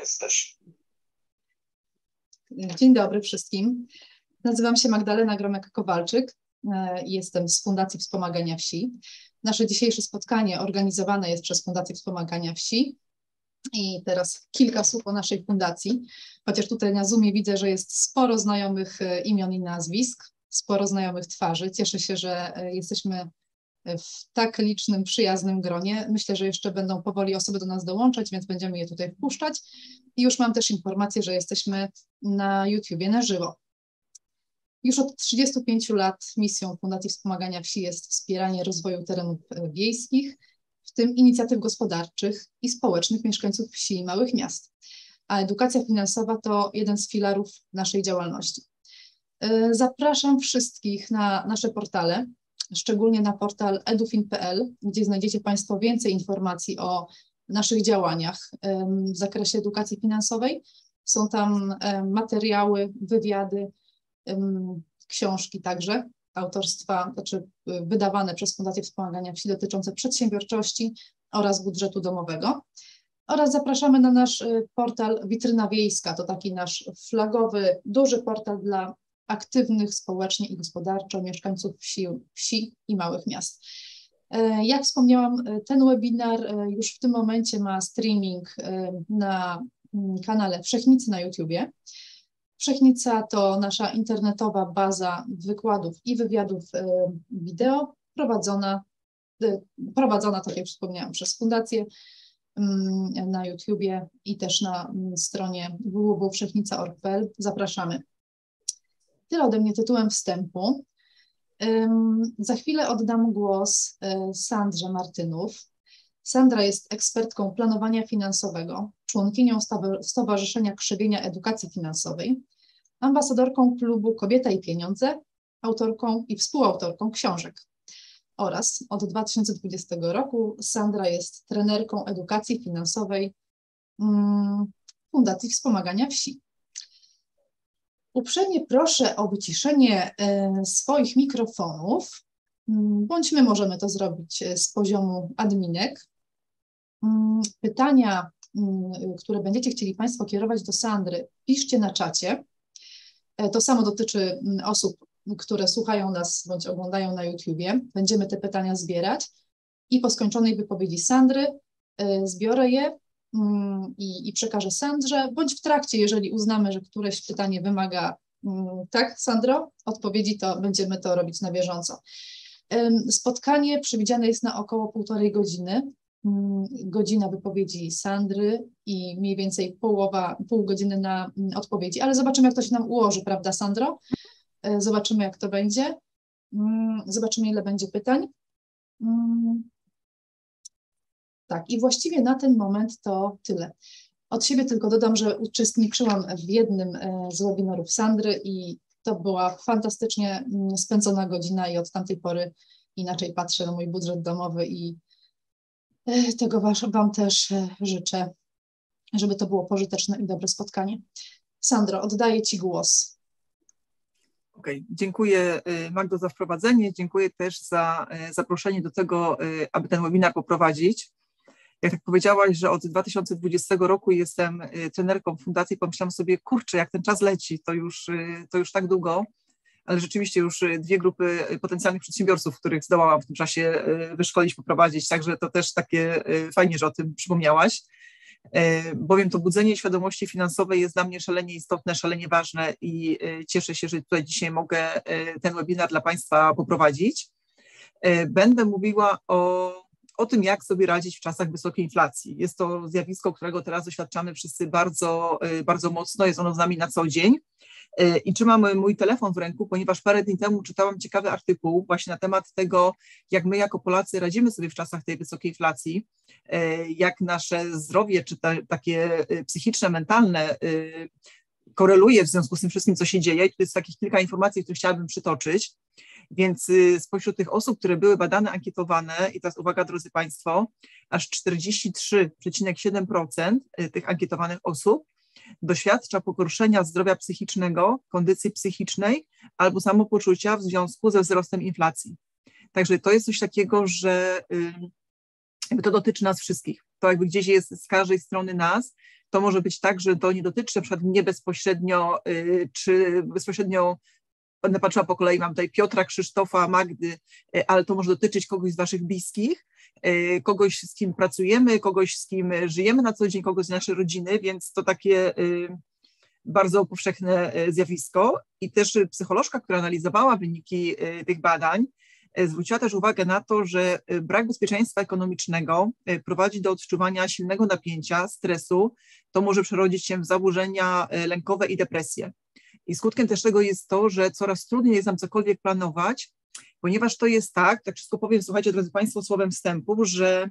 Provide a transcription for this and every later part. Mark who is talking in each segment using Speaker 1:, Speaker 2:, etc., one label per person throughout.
Speaker 1: jesteś.
Speaker 2: Dzień dobry wszystkim. Nazywam się Magdalena Gromek-Kowalczyk i jestem z Fundacji Wspomagania Wsi. Nasze dzisiejsze spotkanie organizowane jest przez Fundację Wspomagania Wsi. I teraz kilka słów o naszej fundacji, chociaż tutaj na Zoomie widzę, że jest sporo znajomych imion i nazwisk, sporo znajomych twarzy. Cieszę się, że jesteśmy w tak licznym, przyjaznym gronie. Myślę, że jeszcze będą powoli osoby do nas dołączać, więc będziemy je tutaj wpuszczać. I już mam też informację, że jesteśmy na YouTubie na żywo. Już od 35 lat misją Fundacji Wspomagania Wsi jest wspieranie rozwoju terenów wiejskich, w tym inicjatyw gospodarczych i społecznych mieszkańców wsi i małych miast. A edukacja finansowa to jeden z filarów naszej działalności. Zapraszam wszystkich na nasze portale, szczególnie na portal edufin.pl, gdzie znajdziecie Państwo więcej informacji o naszych działaniach w zakresie edukacji finansowej. Są tam materiały, wywiady, książki także autorstwa, znaczy wydawane przez Fundację Wspomagania Wsi dotyczące przedsiębiorczości oraz budżetu domowego. Oraz zapraszamy na nasz portal Witryna Wiejska, to taki nasz flagowy, duży portal dla aktywnych społecznie i gospodarczo mieszkańców wsi i małych miast. Jak wspomniałam, ten webinar już w tym momencie ma streaming na kanale Wszechnicy na YouTubie. Wszechnica to nasza internetowa baza wykładów i wywiadów wideo prowadzona, tak jak wspomniałam, przez Fundację na YouTubie i też na stronie www.wszechnica.org.pl. Zapraszamy. Tyle ode mnie tytułem wstępu. Za chwilę oddam głos Sandrze Martynów. Sandra jest ekspertką planowania finansowego, członkinią Stowarzyszenia Krzewienia Edukacji Finansowej, ambasadorką klubu Kobieta i Pieniądze, autorką i współautorką książek. Oraz od 2020 roku Sandra jest trenerką edukacji finansowej Fundacji Wspomagania Wsi. Uprzejmie proszę o wyciszenie swoich mikrofonów, bądź my możemy to zrobić z poziomu adminek. Pytania, które będziecie chcieli Państwo kierować do Sandry, piszcie na czacie. To samo dotyczy osób, które słuchają nas bądź oglądają na YouTubie. Będziemy te pytania zbierać i po skończonej wypowiedzi Sandry zbiorę je i przekażę Sandrze, bądź w trakcie, jeżeli uznamy, że któreś pytanie wymaga, tak, Sandro, odpowiedzi, to będziemy to robić na bieżąco. Spotkanie przewidziane jest na około 1,5 godziny. Godzina wypowiedzi Sandry i mniej więcej pół godziny na odpowiedzi, ale zobaczymy, jak to się nam ułoży, prawda, Sandro? Zobaczymy, jak to będzie. Zobaczymy, ile będzie pytań. Tak, i właściwie na ten moment to tyle. Od siebie tylko dodam, że uczestniczyłam w jednym z webinarów Sandry i to była fantastycznie spędzona godzina i od tamtej pory inaczej patrzę na mój budżet domowy i tego Wam też życzę, żeby to było pożyteczne i dobre spotkanie. Sandro, oddaję Ci głos.
Speaker 3: Okej, dziękuję Magdo za wprowadzenie, dziękuję też za zaproszenie do tego, aby ten webinar poprowadzić. Jak tak powiedziałaś, że od 2020 roku jestem trenerką fundacji, pomyślałam sobie, kurczę, jak ten czas leci, to już tak długo, ale rzeczywiście już 2 grupy potencjalnych przedsiębiorców, których zdołałam w tym czasie wyszkolić, poprowadzić, także to też takie fajnie, że o tym przypomniałaś, bowiem to budzenie świadomości finansowej jest dla mnie szalenie istotne, szalenie ważne i cieszę się, że tutaj dzisiaj mogę ten webinar dla Państwa poprowadzić. Będę mówiła o tym, jak sobie radzić w czasach wysokiej inflacji. Jest to zjawisko, którego teraz doświadczamy wszyscy bardzo, bardzo mocno, jest ono z nami na co dzień. I trzymam mój telefon w ręku, ponieważ parę dni temu czytałam ciekawy artykuł właśnie na temat tego, jak my jako Polacy radzimy sobie w czasach tej wysokiej inflacji, jak nasze zdrowie, czy takie psychiczne, mentalne koreluje w związku z tym wszystkim, co się dzieje. I tu jest takich kilka informacji, które chciałabym przytoczyć. Więc spośród tych osób, które były badane, ankietowane, i teraz uwaga, drodzy Państwo, aż 43,7% tych ankietowanych osób doświadcza pogorszenia zdrowia psychicznego, kondycji psychicznej albo samopoczucia w związku ze wzrostem inflacji. Także to jest coś takiego, że jakby to dotyczy nas wszystkich. To jakby gdzieś jest z każdej strony nas To może być tak, że to nie dotyczy na przykład mnie bezpośrednio, czy bezpośrednio będę patrzyła po kolei, mam tutaj Piotra, Krzysztofa, Magdy, ale to może dotyczyć kogoś z waszych bliskich, kogoś, z kim pracujemy, kogoś, z kim żyjemy na co dzień, kogoś z naszej rodziny, więc to takie bardzo powszechne zjawisko. I też psycholożka, która analizowała wyniki tych badań, zwróciła też uwagę na to, że brak bezpieczeństwa ekonomicznego prowadzi do odczuwania silnego napięcia, stresu. To może przerodzić się w zaburzenia lękowe i depresję. I skutkiem też tego jest to, że coraz trudniej jest nam cokolwiek planować, ponieważ to jest tak wszystko powiem, słuchajcie, drodzy Państwo, słowem wstępu, że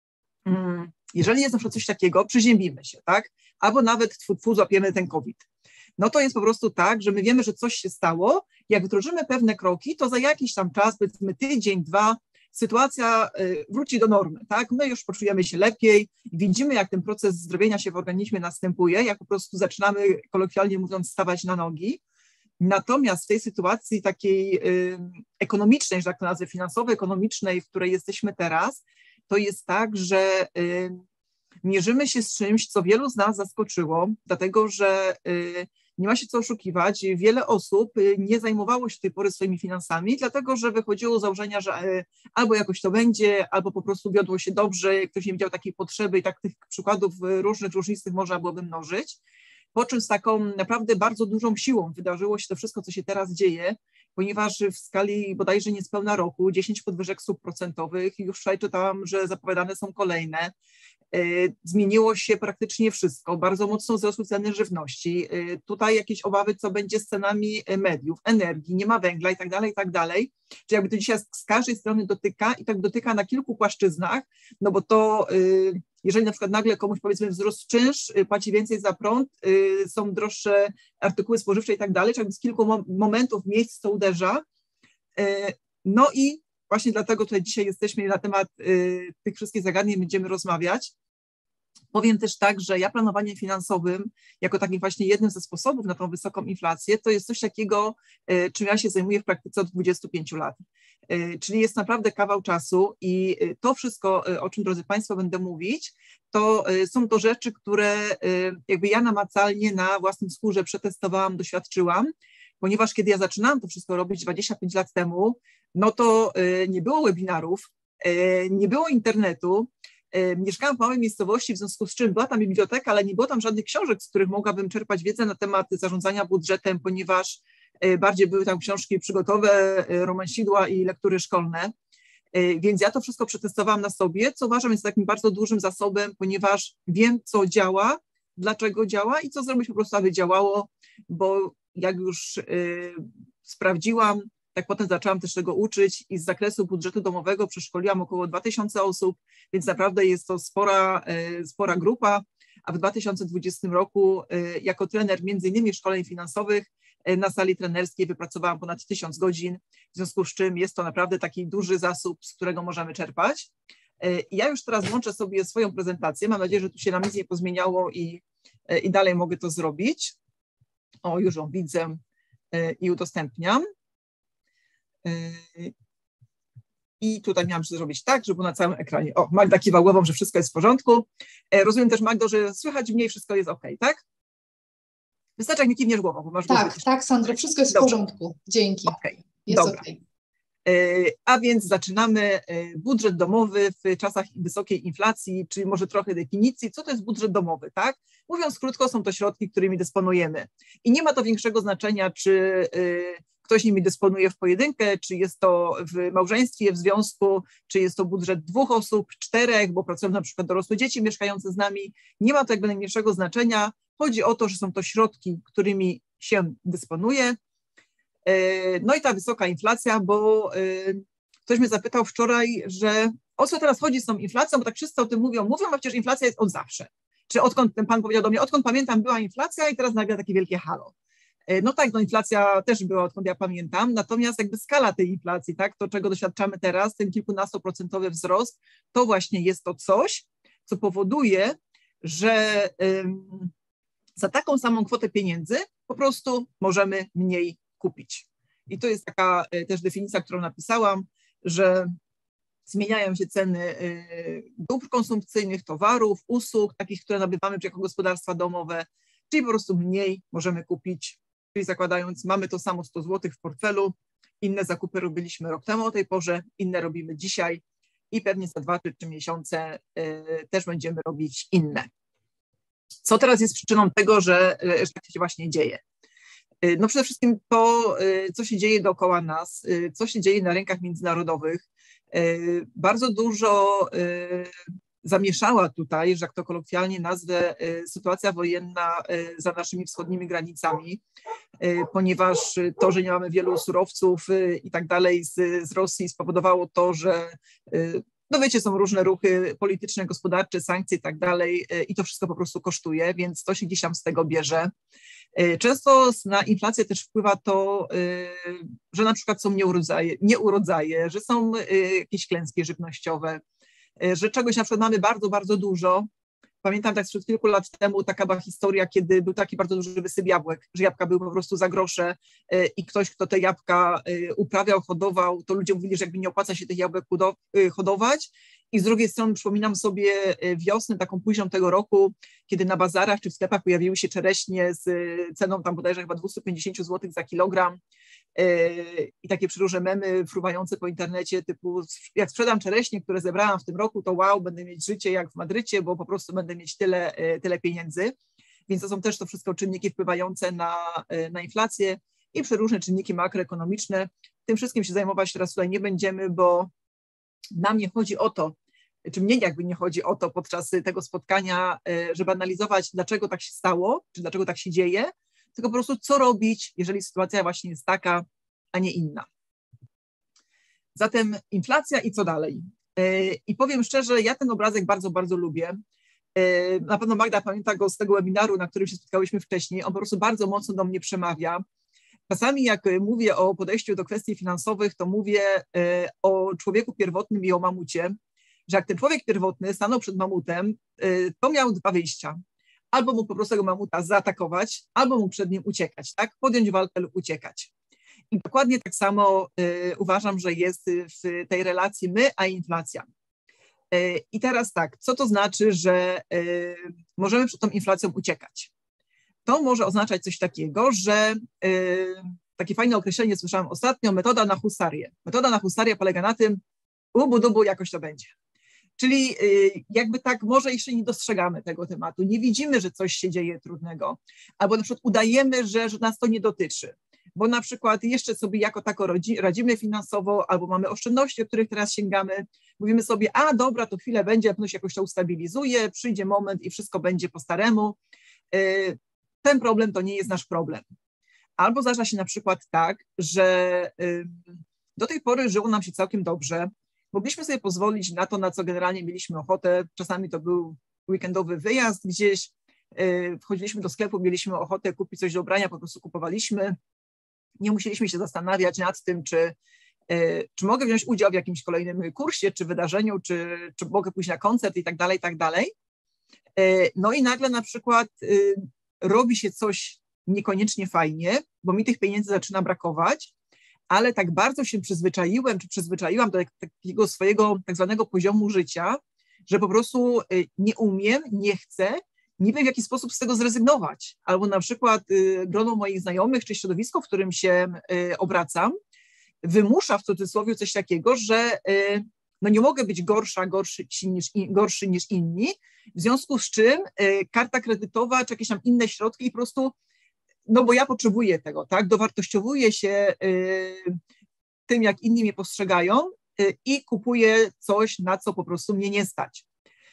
Speaker 3: jeżeli jest na przykład coś takiego, przeziębimy się, tak? Albo nawet złapiemy ten COVID. No to jest po prostu tak, że my wiemy, że coś się stało, jak wdrożymy pewne kroki, to za jakiś tam czas, powiedzmy tydzień, 2, sytuacja wróci do normy, tak? My już poczujemy się lepiej, widzimy, jak ten proces zdrowienia się w organizmie następuje, jak po prostu zaczynamy, kolokwialnie mówiąc, stawać na nogi. Natomiast w tej sytuacji takiej ekonomicznej, że tak to nazwę, finansowo-ekonomicznej, w której jesteśmy teraz, to jest tak, że mierzymy się z czymś, co wielu z nas zaskoczyło, dlatego że nie ma się co oszukiwać. Wiele osób nie zajmowało się do tej pory swoimi finansami, dlatego że wychodziło z założenia, że albo jakoś to będzie, albo po prostu wiodło się dobrze, ktoś nie widział takiej potrzeby i tak tych przykładów różnych, różnistych można byłoby mnożyć. Po czym z taką naprawdę bardzo dużą siłą wydarzyło się to wszystko, co się teraz dzieje, ponieważ w skali bodajże niespełna roku 10 podwyżek stóp procentowych, już wczoraj czytałam, że zapowiadane są kolejne. Zmieniło się praktycznie wszystko, bardzo mocno wzrosły ceny żywności, tutaj jakieś obawy, co będzie z cenami mediów, energii, nie ma węgla i tak dalej, i tak dalej. Czyli jakby to dzisiaj z każdej strony dotyka i tak dotyka na kilku płaszczyznach, no bo to jeżeli na przykład nagle komuś powiedzmy wzrósł czynsz, płaci więcej za prąd, są droższe artykuły spożywcze i tak dalej, czyli jakby z kilku momentów, miejsc to uderza. No i właśnie dlatego tutaj dzisiaj jesteśmy na temat tych wszystkich zagadnień będziemy rozmawiać. Powiem też tak, że ja planowaniem finansowym, jako takim właśnie jednym ze sposobów na tą wysoką inflację, to jest coś takiego, czym ja się zajmuję w praktyce od 25 lat. Czyli jest naprawdę kawał czasu i to wszystko, o czym, drodzy Państwo, będę mówić, to są to rzeczy, które jakby ja namacalnie na własnym skórze przetestowałam, doświadczyłam, ponieważ kiedy ja zaczynałam to wszystko robić 25 lat temu, no to nie było webinarów, nie było internetu, mieszkałam w małej miejscowości, w związku z czym była tam biblioteka, ale nie było tam żadnych książek, z których mogłabym czerpać wiedzę na temat zarządzania budżetem, ponieważ bardziej były tam książki przygotowe, romansidła i lektury szkolne. Więc ja to wszystko przetestowałam na sobie, co uważam jest takim bardzo dużym zasobem, ponieważ wiem, co działa, dlaczego działa i co zrobić po prostu, aby działało, bo jak już sprawdziłam, tak potem zaczęłam też tego uczyć i z zakresu budżetu domowego przeszkoliłam około 2000 osób, więc naprawdę jest to spora grupa, a w 2020 roku jako trener między innymi szkoleń finansowych na sali trenerskiej wypracowałam ponad 1000 godzin, w związku z czym jest to naprawdę taki duży zasób, z którego możemy czerpać. Ja już teraz włączę sobie swoją prezentację, mam nadzieję, że tu się nam nic nie pozmieniało i dalej mogę to zrobić. O, już ją widzę i udostępniam. I tutaj miałam zrobić tak, żeby na całym ekranie. O, Magda kiwa głową, że wszystko jest w porządku. Rozumiem też, Magdo, że słychać mnie i wszystko jest ok, tak? Wystarczy, jak mi kiwniesz głową, bo masz
Speaker 2: Tak, tak, Sandro, wszystko jest w porządku. Dzięki.
Speaker 3: Okay.
Speaker 2: Jest
Speaker 3: dobra.
Speaker 2: okej.
Speaker 3: A więc zaczynamy budżet domowy w czasach wysokiej inflacji, czyli może trochę definicji, co to jest budżet domowy, tak? Mówiąc krótko, są to środki, którymi dysponujemy. I nie ma to większego znaczenia, czy ktoś nimi dysponuje w pojedynkę, czy jest to w małżeństwie, w związku, czy jest to budżet 2 osób, 4, bo pracują na przykład dorosłe dzieci mieszkające z nami. Nie ma to jakby najmniejszego znaczenia. Chodzi o to, że są to środki, którymi się dysponuje. No i ta wysoka inflacja, bo ktoś mnie zapytał wczoraj, że o co teraz chodzi z tą inflacją, bo tak wszyscy o tym mówią, a przecież inflacja jest od zawsze. Czy odkąd, ten pan powiedział do mnie, odkąd pamiętam była inflacja i teraz nagle takie wielkie halo. No tak, no inflacja też była, odkąd ja pamiętam, natomiast jakby skala tej inflacji, tak, to czego doświadczamy teraz, ten kilkunastoprocentowy wzrost, to właśnie jest to coś, co powoduje, że za taką samą kwotę pieniędzy po prostu możemy mniej kupić. I to jest taka też definicja, którą napisałam, że zmieniają się ceny dóbr konsumpcyjnych, towarów, usług, takich, które nabywamy jako gospodarstwa domowe, czyli po prostu mniej możemy kupić, czyli zakładając, mamy to samo 100 zł w portfelu, inne zakupy robiliśmy rok temu o tej porze, inne robimy dzisiaj i pewnie za 2 czy 3 miesiące też będziemy robić inne. Co teraz jest przyczyną tego, że tak się właśnie dzieje? No przede wszystkim to, co się dzieje dookoła nas, co się dzieje na rynkach międzynarodowych. Bardzo dużo zamieszała tutaj, że jak to kolokwialnie nazwę, sytuacja wojenna za naszymi wschodnimi granicami, ponieważ to, że nie mamy wielu surowców i tak dalej z Rosji spowodowało to, że no wiecie, są różne ruchy polityczne, gospodarcze, sankcje i tak dalej i to wszystko po prostu kosztuje, więc to się gdzieś tam z tego bierze. Często na inflację też wpływa to, że na przykład są nieurodzaje, że są jakieś klęski żywnościowe, że czegoś na przykład mamy bardzo, bardzo dużo. Pamiętam tak sprzed kilku lat temu taka była historia, kiedy był taki bardzo duży wysyp jabłek, że jabłka były po prostu za grosze i ktoś, kto te jabłka uprawiał, hodował, to ludzie mówili, że jakby nie opłaca się tych jabłek hodować. I z drugiej strony przypominam sobie wiosnę taką późną tego roku, kiedy na bazarach czy w sklepach pojawiły się czereśnie z ceną tam bodajże chyba 250 zł za kilogram i takie przeróżne memy fruwające po internecie typu jak sprzedam czereśnie, które zebrałam w tym roku, to wow, będę mieć życie jak w Madrycie, bo po prostu będę mieć tyle pieniędzy. Więc to są też to wszystko czynniki wpływające na inflację i przeróżne czynniki makroekonomiczne. Tym wszystkim się zajmować teraz tutaj nie będziemy, bo nam nie chodzi o to, czy mnie jakby nie chodzi o to podczas tego spotkania, żeby analizować, dlaczego tak się stało, czy dlaczego tak się dzieje, tylko po prostu co robić, jeżeli sytuacja właśnie jest taka, a nie inna. Zatem inflacja i co dalej? I powiem szczerze, ja ten obrazek bardzo, bardzo lubię. Na pewno Magda pamięta go z tego webinaru, na którym się spotkałyśmy wcześniej. On po prostu bardzo mocno do mnie przemawia. Czasami jak mówię o podejściu do kwestii finansowych, to mówię o człowieku pierwotnym i o mamucie, że jak ten człowiek pierwotny stanął przed mamutem, to miał 2 wyjścia. Albo mógł po prostu tego mamuta zaatakować, albo mógł przed nim uciekać, tak? Podjąć walkę lub uciekać. I dokładnie tak samo uważam, że jest w tej relacji my, a inflacja. I teraz tak, co to znaczy, że możemy przed tą inflacją uciekać? To może oznaczać coś takiego, że takie fajne określenie słyszałam ostatnio, metoda na husarię. Metoda na husarię polega na tym, ubu jakoś to będzie. Czyli jakby tak może jeszcze nie dostrzegamy tego tematu, nie widzimy, że coś się dzieje trudnego, albo na przykład udajemy, że nas to nie dotyczy, bo na przykład jeszcze sobie jako tako radzimy finansowo, albo mamy oszczędności, o których teraz sięgamy, mówimy sobie, a dobra, to chwilę będzie, pewno się jakoś to ustabilizuje, przyjdzie moment i wszystko będzie po staremu. Ten problem to nie jest nasz problem. Albo zdarza się na przykład tak, że do tej pory żyło nam się całkiem dobrze, mogliśmy sobie pozwolić na to, na co generalnie mieliśmy ochotę. Czasami to był weekendowy wyjazd gdzieś, wchodziliśmy do sklepu, mieliśmy ochotę kupić coś do ubrania, po prostu kupowaliśmy. Nie musieliśmy się zastanawiać nad tym, czy mogę wziąć udział w jakimś kolejnym kursie, czy wydarzeniu, czy mogę pójść na koncert i tak dalej, i tak dalej. No i nagle na przykład robi się coś niekoniecznie fajnie, bo mi tych pieniędzy zaczyna brakować, ale tak bardzo się przyzwyczaiłam do takiego swojego tak zwanego poziomu życia, że po prostu nie umiem, nie chcę, nie wiem w jaki sposób z tego zrezygnować. Albo na przykład grono moich znajomych czy środowisko, w którym się obracam, wymusza w cudzysłowie coś takiego, że no nie mogę być gorszy niż inni, w związku z czym karta kredytowa czy jakieś tam inne środki i po prostu, no bo ja potrzebuję tego, tak, dowartościowuję się tym, jak inni mnie postrzegają i kupuję coś, na co po prostu mnie nie stać.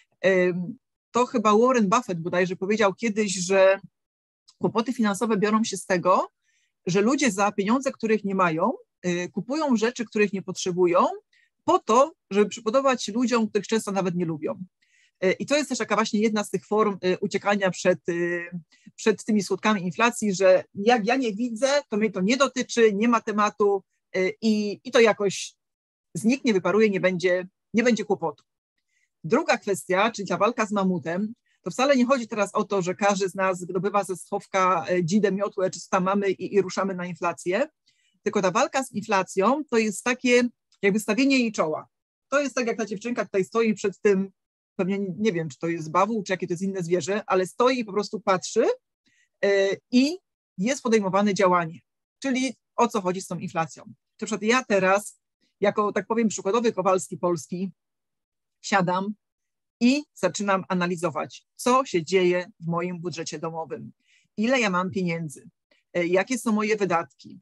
Speaker 3: To chyba Warren Buffett bodajże powiedział kiedyś, że kłopoty finansowe biorą się z tego, że ludzie za pieniądze, których nie mają, kupują rzeczy, których nie potrzebują, po to, żeby przypodobać ludziom, których często nawet nie lubią. I to jest też taka właśnie jedna z tych form uciekania przed tymi skutkami inflacji, że jak ja nie widzę, to mnie to nie dotyczy, nie ma tematu i to jakoś zniknie, wyparuje, nie będzie kłopotu. Druga kwestia, czyli ta walka z mamutem, to wcale nie chodzi teraz o to, że każdy z nas wydobywa ze schowka dzidę, miotłę czy co tam mamy i ruszamy na inflację, tylko ta walka z inflacją to jest takie jakby stawienie jej czoła. to jest tak, jak ta dziewczynka tutaj stoi przed tym, pewnie nie wiem, czy to jest bawół, czy jakie to jest inne zwierzę, ale stoi i po prostu patrzy i jest podejmowane działanie. Czyli o co chodzi z tą inflacją. Na przykład ja teraz, jako, tak powiem, przykładowy Kowalski Polski, siadam i zaczynam analizować, co się dzieje w moim budżecie domowym, ile ja mam pieniędzy, jakie są moje wydatki,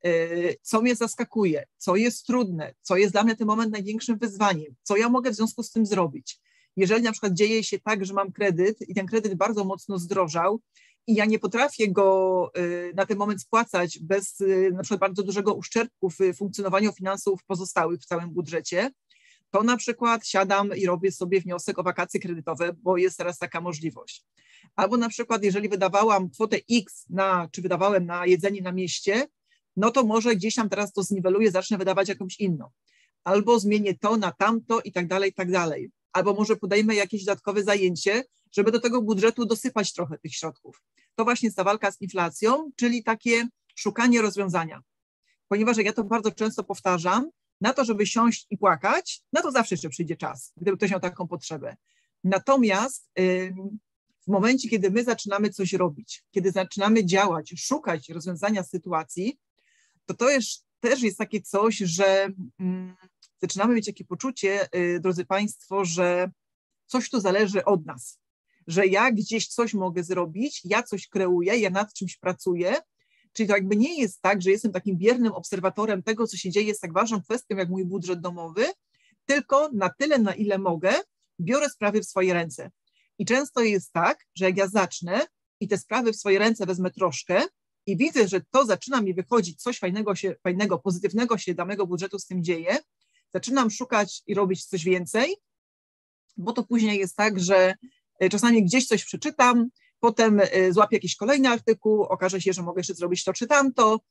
Speaker 3: co mnie zaskakuje, co jest trudne, co jest dla mnie w tym moment największym wyzwaniem, co ja mogę w związku z tym zrobić. Jeżeli na przykład dzieje się tak, że mam kredyt i ten kredyt bardzo mocno zdrożał i ja nie potrafię go na ten moment spłacać bez na przykład bardzo dużego uszczerbku w funkcjonowaniu finansów pozostałych w całym budżecie, to na przykład siadam i robię sobie wniosek o wakacje kredytowe, bo jest teraz taka możliwość. Albo na przykład jeżeli wydawałam kwotę X czy wydawałem na jedzenie na mieście, no to może gdzieś tam teraz to zniweluję, zacznę wydawać jakąś inną. Albo zmienię to na tamto i tak dalej, i tak dalej. Albo może podejmę jakieś dodatkowe zajęcie, żeby do tego budżetu dosypać trochę tych środków. To właśnie jest ta walka z inflacją, czyli takie szukanie rozwiązania. Ponieważ jak ja to bardzo często powtarzam, na to, żeby siąść i płakać, no to zawsze jeszcze przyjdzie czas, gdyby ktoś miał taką potrzebę. Natomiast w momencie, kiedy my zaczynamy coś robić, kiedy zaczynamy działać, szukać rozwiązania sytuacji, to też jest takie coś, że zaczynamy mieć takie poczucie, drodzy Państwo, że coś tu zależy od nas, że ja gdzieś coś mogę zrobić, ja coś kreuję, ja nad czymś pracuję, czyli to jakby nie jest tak, że jestem takim biernym obserwatorem tego, co się dzieje z tak ważną kwestią jak mój budżet domowy, tylko na tyle, na ile mogę, biorę sprawy w swoje ręce. I często jest tak, że jak ja zacznę i te sprawy w swoje ręce wezmę troszkę i widzę, że to zaczyna mi wychodzić, coś fajnego, pozytywnego się dla mego budżetu z tym dzieje, zaczynam szukać i robić coś więcej, bo to później jest tak, że czasami gdzieś coś przeczytam, potem złapię jakiś kolejny artykuł, okaże się, że mogę jeszcze zrobić to czy tamto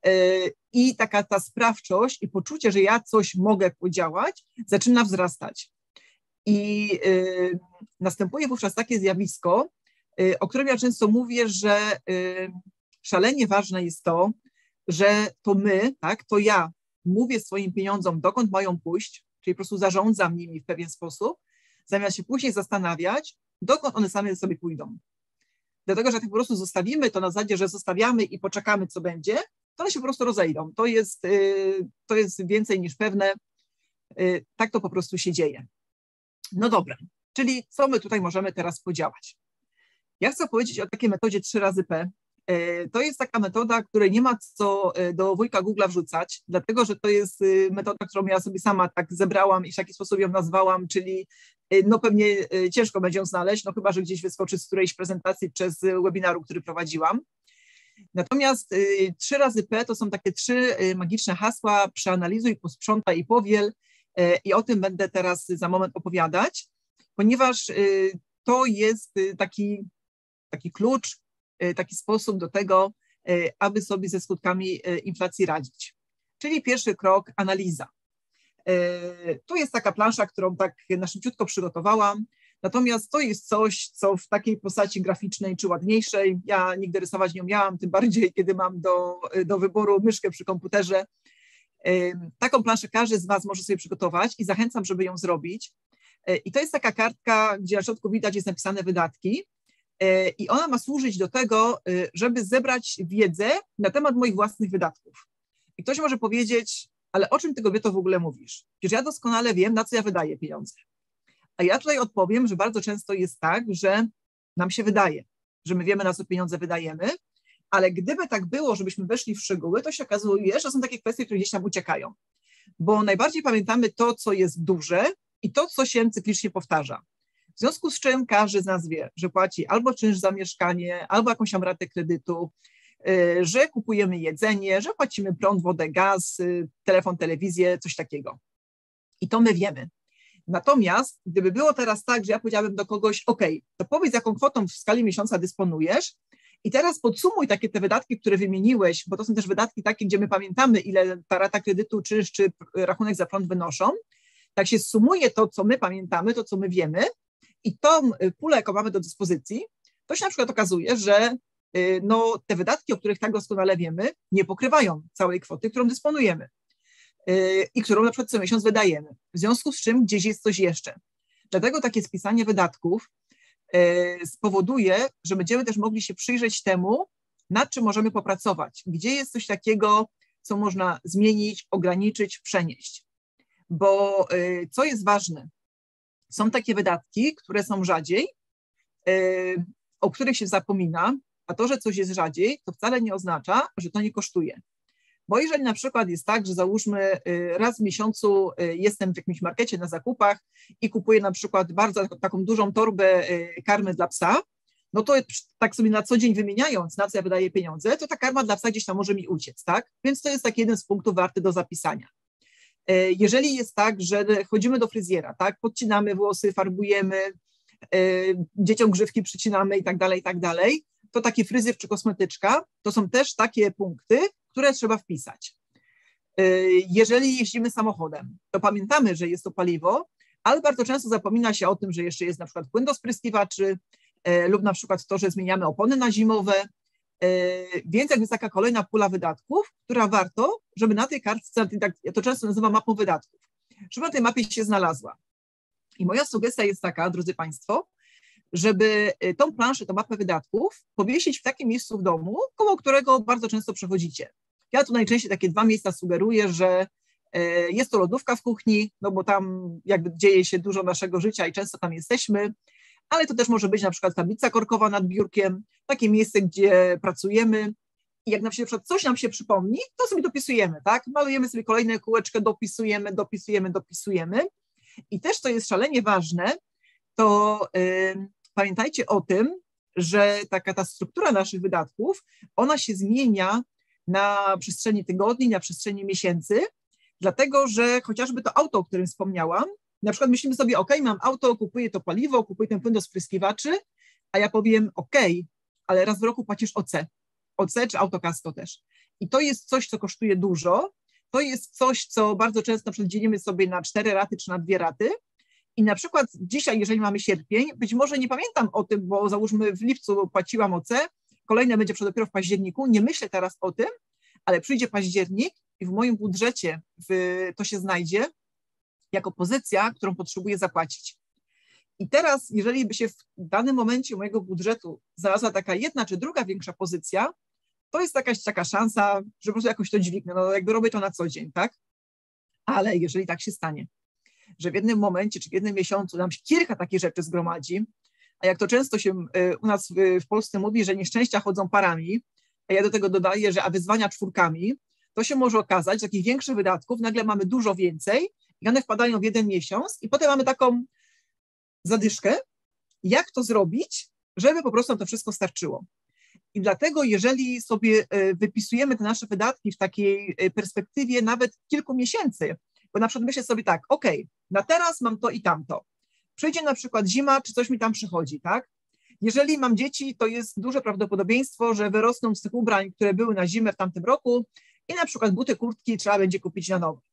Speaker 3: i taka ta sprawczość i poczucie, że ja coś mogę podziałać, zaczyna wzrastać. I następuje wówczas takie zjawisko, o którym ja często mówię, że szalenie ważne jest to, że to my, tak, to ja mówię swoim pieniądzom, dokąd mają pójść, czyli po prostu zarządzam nimi w pewien sposób, zamiast się później zastanawiać, dokąd one same sobie pójdą. Dlatego, że jak po prostu zostawimy to na zasadzie, że zostawiamy i poczekamy, co będzie, to one się po prostu rozejdą. To jest więcej niż pewne. Tak to po prostu się dzieje. No dobra, czyli co my tutaj możemy teraz podziałać? Ja chcę powiedzieć o takiej metodzie 3 razy P. To jest taka metoda, której nie ma co do wujka Google'a wrzucać, dlatego, że to jest metoda, którą ja sobie sama tak zebrałam i w taki sposób ją nazwałam, czyli no pewnie ciężko będzie ją znaleźć, no chyba, że gdzieś wyskoczy z którejś prezentacji czy z webinaru, który prowadziłam. Natomiast 3 razy P to są takie 3 magiczne hasła: przeanalizuj, posprzątaj i powiel, i o tym będę teraz za moment opowiadać, ponieważ to jest taki klucz, taki sposób do tego, aby sobie ze skutkami inflacji radzić. Czyli pierwszy krok, analiza. Tu jest taka plansza, którą tak na szybciutko przygotowałam, natomiast to jest coś, co w takiej postaci graficznej czy ładniejszej, ja nigdy rysować nie umiałam, tym bardziej kiedy mam do wyboru myszkę przy komputerze. Taką planszę każdy z Was może sobie przygotować i zachęcam, żeby ją zrobić. I to jest taka kartka, gdzie na środku widać, jest napisane wydatki. I ona ma służyć do tego, żeby zebrać wiedzę na temat moich własnych wydatków. I ktoś może powiedzieć, ale o czym ty, kobieto, w ogóle mówisz? Przecież ja doskonale wiem, na co ja wydaję pieniądze. A ja tutaj odpowiem, że bardzo często jest tak, że nam się wydaje, że my wiemy, na co pieniądze wydajemy, ale gdyby tak było, żebyśmy weszli w szczegóły, to się okazuje, że są takie kwestie, które gdzieś tam uciekają. Bo najbardziej pamiętamy to, co jest duże i to, co się cyklicznie powtarza. W związku z czym każdy z nas wie, że płaci albo czynsz za mieszkanie, albo jakąś tam ratę kredytu, że kupujemy jedzenie, że płacimy prąd, wodę, gaz, telefon, telewizję, coś takiego. I to my wiemy. Natomiast gdyby było teraz tak, że ja powiedziałabym do kogoś, OK, to powiedz, jaką kwotą w skali miesiąca dysponujesz i teraz podsumuj takie te wydatki, które wymieniłeś, bo to są też wydatki takie, gdzie my pamiętamy, ile ta rata kredytu, czynsz czy rachunek za prąd wynoszą. Tak się sumuje to, co my pamiętamy, to, co my wiemy, i tą pulę, jaką mamy do dyspozycji, to się na przykład okazuje, że no, te wydatki, o których tak doskonale wiemy, nie pokrywają całej kwoty, którą dysponujemy. i którą na przykład co miesiąc wydajemy. W związku z czym gdzieś jest coś jeszcze. Dlatego takie spisanie wydatków spowoduje, że będziemy też mogli się przyjrzeć temu, nad czym możemy popracować, gdzie jest coś takiego, co można zmienić, ograniczyć, przenieść. Bo co jest ważne, są takie wydatki, które są rzadziej, o których się zapomina, a to, że coś jest rzadziej, to wcale nie oznacza, że to nie kosztuje. Bo jeżeli na przykład jest tak, że załóżmy raz w miesiącu jestem w jakimś markecie na zakupach i kupuję na przykład bardzo taką dużą torbę karmy dla psa, no to tak sobie na co dzień wymieniając, na co ja wydaję pieniądze, to ta karma dla psa gdzieś tam może mi uciec, tak? Więc to jest taki jeden z punktów warty do zapisania. Jeżeli jest tak, że chodzimy do fryzjera, tak? Podcinamy włosy, farbujemy, dzieciom grzywki przycinamy i tak dalej, to taki fryzjer czy kosmetyczka, to są też takie punkty, które trzeba wpisać. Jeżeli jeździmy samochodem, to pamiętamy, że jest to paliwo, ale bardzo często zapomina się o tym, że jeszcze jest na przykład płyn do spryskiwaczy lub na przykład to, że zmieniamy opony na zimowe, więc jakby taka kolejna pula wydatków, która warto, żeby na tej kartce, ja to często nazywam mapą wydatków, żeby na tej mapie się znalazła. I moja sugestia jest taka, drodzy Państwo, żeby tą planszę, tą mapę wydatków powiesić w takim miejscu w domu, koło którego bardzo często przechodzicie. Ja tu najczęściej takie dwa miejsca sugeruję, że jest to lodówka w kuchni, no bo tam jakby dzieje się dużo naszego życia i często tam jesteśmy, ale to też może być na przykład tablica korkowa nad biurkiem, takie miejsce, gdzie pracujemy i jak na przykład coś nam się przypomni, to sobie dopisujemy, tak? Malujemy sobie kolejne kółeczkę, dopisujemy. I też, co jest szalenie ważne, to pamiętajcie o tym, że ta struktura naszych wydatków, ona się zmienia na przestrzeni tygodni, na przestrzeni miesięcy, dlatego że chociażby to auto, o którym wspomniałam, na przykład myślimy sobie, ok, mam auto, kupuję to paliwo, kupuję ten płyn do spryskiwaczy, a ja powiem, ok, ale raz w roku płacisz OC czy autokasko też. I to jest coś, co kosztuje dużo, to jest coś, co bardzo często na przykład dzielimy sobie na 4 raty czy na 2 raty. I na przykład dzisiaj, jeżeli mamy sierpień, być może nie pamiętam o tym, bo załóżmy w lipcu płaciłam OC, kolejne będzie dopiero w październiku, nie myślę teraz o tym, ale przyjdzie październik i w moim budżecie to się znajdzie jako pozycja, którą potrzebuję zapłacić. I teraz, jeżeli by się w danym momencie mojego budżetu znalazła taka jedna czy druga większa pozycja, to jest jakaś taka szansa, że po prostu jakoś to dźwignę, no jakby robię to na co dzień, tak? Ale jeżeli tak się stanie, że w jednym momencie czy w jednym miesiącu nam się kilka takich rzeczy zgromadzi, a jak to często się u nas w Polsce mówi, że nieszczęścia chodzą parami, a ja do tego dodaję, że wyzwania czwórkami, to się może okazać, że takich większych wydatków nagle mamy dużo więcej i one wpadają w jeden miesiąc i potem mamy taką zadyszkę, jak to zrobić, żeby po prostu nam to wszystko starczyło. I dlatego, jeżeli sobie wypisujemy te nasze wydatki w takiej perspektywie nawet kilku miesięcy, bo na przykład myślę sobie tak, ok, na teraz mam to i tamto. Przyjdzie na przykład zima, czy coś mi tam przychodzi, tak? Jeżeli mam dzieci, to jest duże prawdopodobieństwo, że wyrosną z tych ubrań, które były na zimę w tamtym roku i na przykład buty, kurtki trzeba będzie kupić na nowo.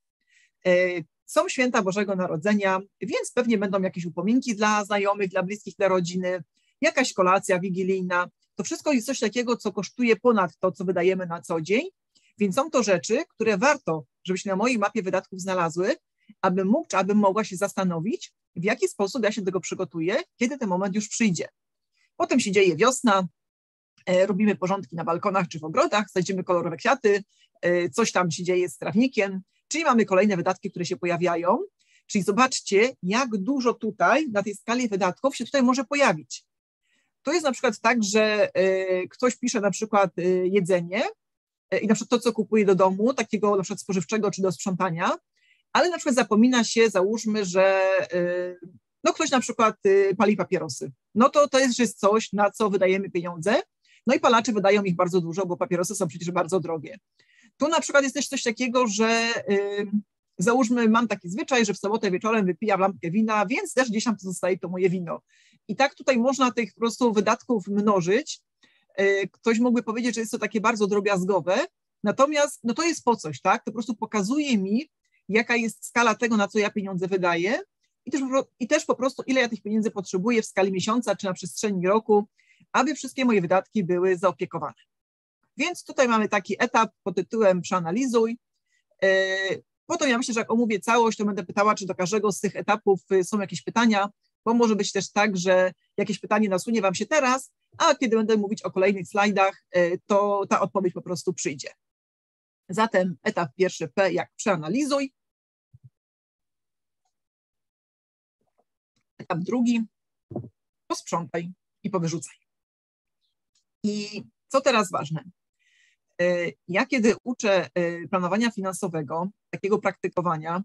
Speaker 3: Są święta Bożego Narodzenia, więc pewnie będą jakieś upominki dla znajomych, dla bliskich, dla rodziny, jakaś kolacja wigilijna. To wszystko jest coś takiego, co kosztuje ponad to, co wydajemy na co dzień, więc są to rzeczy, które warto, żeby się na mojej mapie wydatków znalazły, abym mógł, czy abym mogła się zastanowić, w jaki sposób ja się do tego przygotuję, kiedy ten moment już przyjdzie. Potem się dzieje wiosna, robimy porządki na balkonach czy w ogrodach, sadzimy kolorowe kwiaty, coś tam się dzieje z trawnikiem, czyli mamy kolejne wydatki, które się pojawiają. Czyli zobaczcie, jak dużo tutaj na tej skali wydatków się tutaj może pojawić. To jest na przykład tak, że ktoś pisze na przykład jedzenie i na przykład to, co kupuje do domu, takiego na przykład spożywczego czy do sprzątania, ale na przykład zapomina się, załóżmy, że no ktoś na przykład pali papierosy. No to jest coś, na co wydajemy pieniądze, no i palacze wydają ich bardzo dużo, bo papierosy są przecież bardzo drogie. Tu na przykład jest też coś takiego, że załóżmy, mam taki zwyczaj, że w sobotę wieczorem wypijam lampkę wina, więc też gdzieś tam zostaje to moje wino. I tak tutaj można tych po prostu wydatków mnożyć. Ktoś mógłby powiedzieć, że jest to takie bardzo drobiazgowe, natomiast no to jest po coś, tak? To po prostu pokazuje mi, jaka jest skala tego, na co ja pieniądze wydaję i też po prostu, ile ja tych pieniędzy potrzebuję w skali miesiąca czy na przestrzeni roku, aby wszystkie moje wydatki były zaopiekowane. Więc tutaj mamy taki etap pod tytułem przeanalizuj. Potem ja myślę, że jak omówię całość, to będę pytała, czy do każdego z tych etapów są jakieś pytania, bo może być też tak, że jakieś pytanie nasunie Wam się teraz, a kiedy będę mówić o kolejnych slajdach, to ta odpowiedź po prostu przyjdzie. Zatem etap pierwszy P jak przeanalizuj. Etap drugi posprzątaj i powyrzucaj. I co teraz ważne? Ja kiedy uczę planowania finansowego, takiego praktykowania,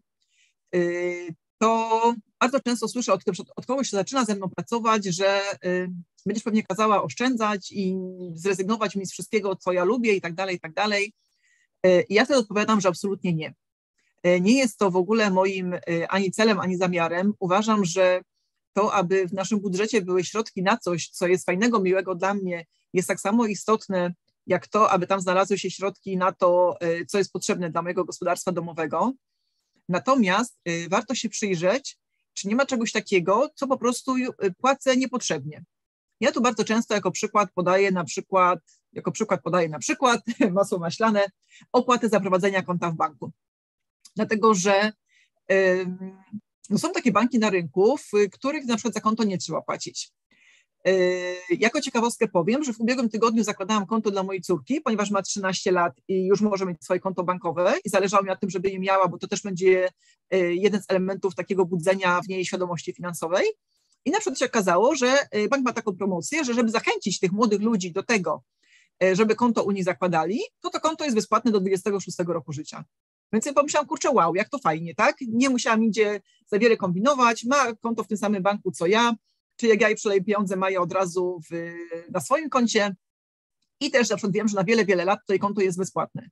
Speaker 3: to bardzo często słyszę od kogoś, kto zaczyna ze mną pracować, że będziesz pewnie kazała oszczędzać i zrezygnować mi z wszystkiego, co ja lubię i tak dalej, i tak dalej. I ja wtedy odpowiadam, że absolutnie nie. Nie jest to w ogóle moim ani celem, ani zamiarem. Uważam, że to, aby w naszym budżecie były środki na coś, co jest fajnego, miłego dla mnie, jest tak samo istotne, jak to, aby tam znalazły się środki na to, co jest potrzebne dla mojego gospodarstwa domowego. Natomiast warto się przyjrzeć, czy nie ma czegoś takiego, co po prostu płacę niepotrzebnie. Ja tu bardzo często jako przykład podaję na przykład masło maślane, opłatę za prowadzenie konta w banku. Dlatego, że są takie banki na rynku, w których na przykład za konto nie trzeba płacić. Jako ciekawostkę powiem, że w ubiegłym tygodniu zakładałam konto dla mojej córki, ponieważ ma 13 lat i już może mieć swoje konto bankowe i zależało mi na tym, żeby je miała, bo to też będzie jeden z elementów takiego budzenia w niej świadomości finansowej. I na przykład się okazało, że bank ma taką promocję, że żeby zachęcić tych młodych ludzi do tego, żeby konto u nich zakładali, to konto jest bezpłatne do 26 roku życia. Więc ja pomyślałam, kurczę, wow, jak to fajnie, tak? Nie musiałam nigdzie za wiele kombinować, ma konto w tym samym banku, co ja, czy jak ja jej przeleję pieniądze, ma je od razu na swoim koncie i też na przykład wiem, że na wiele, wiele lat to jej konto jest bezpłatne.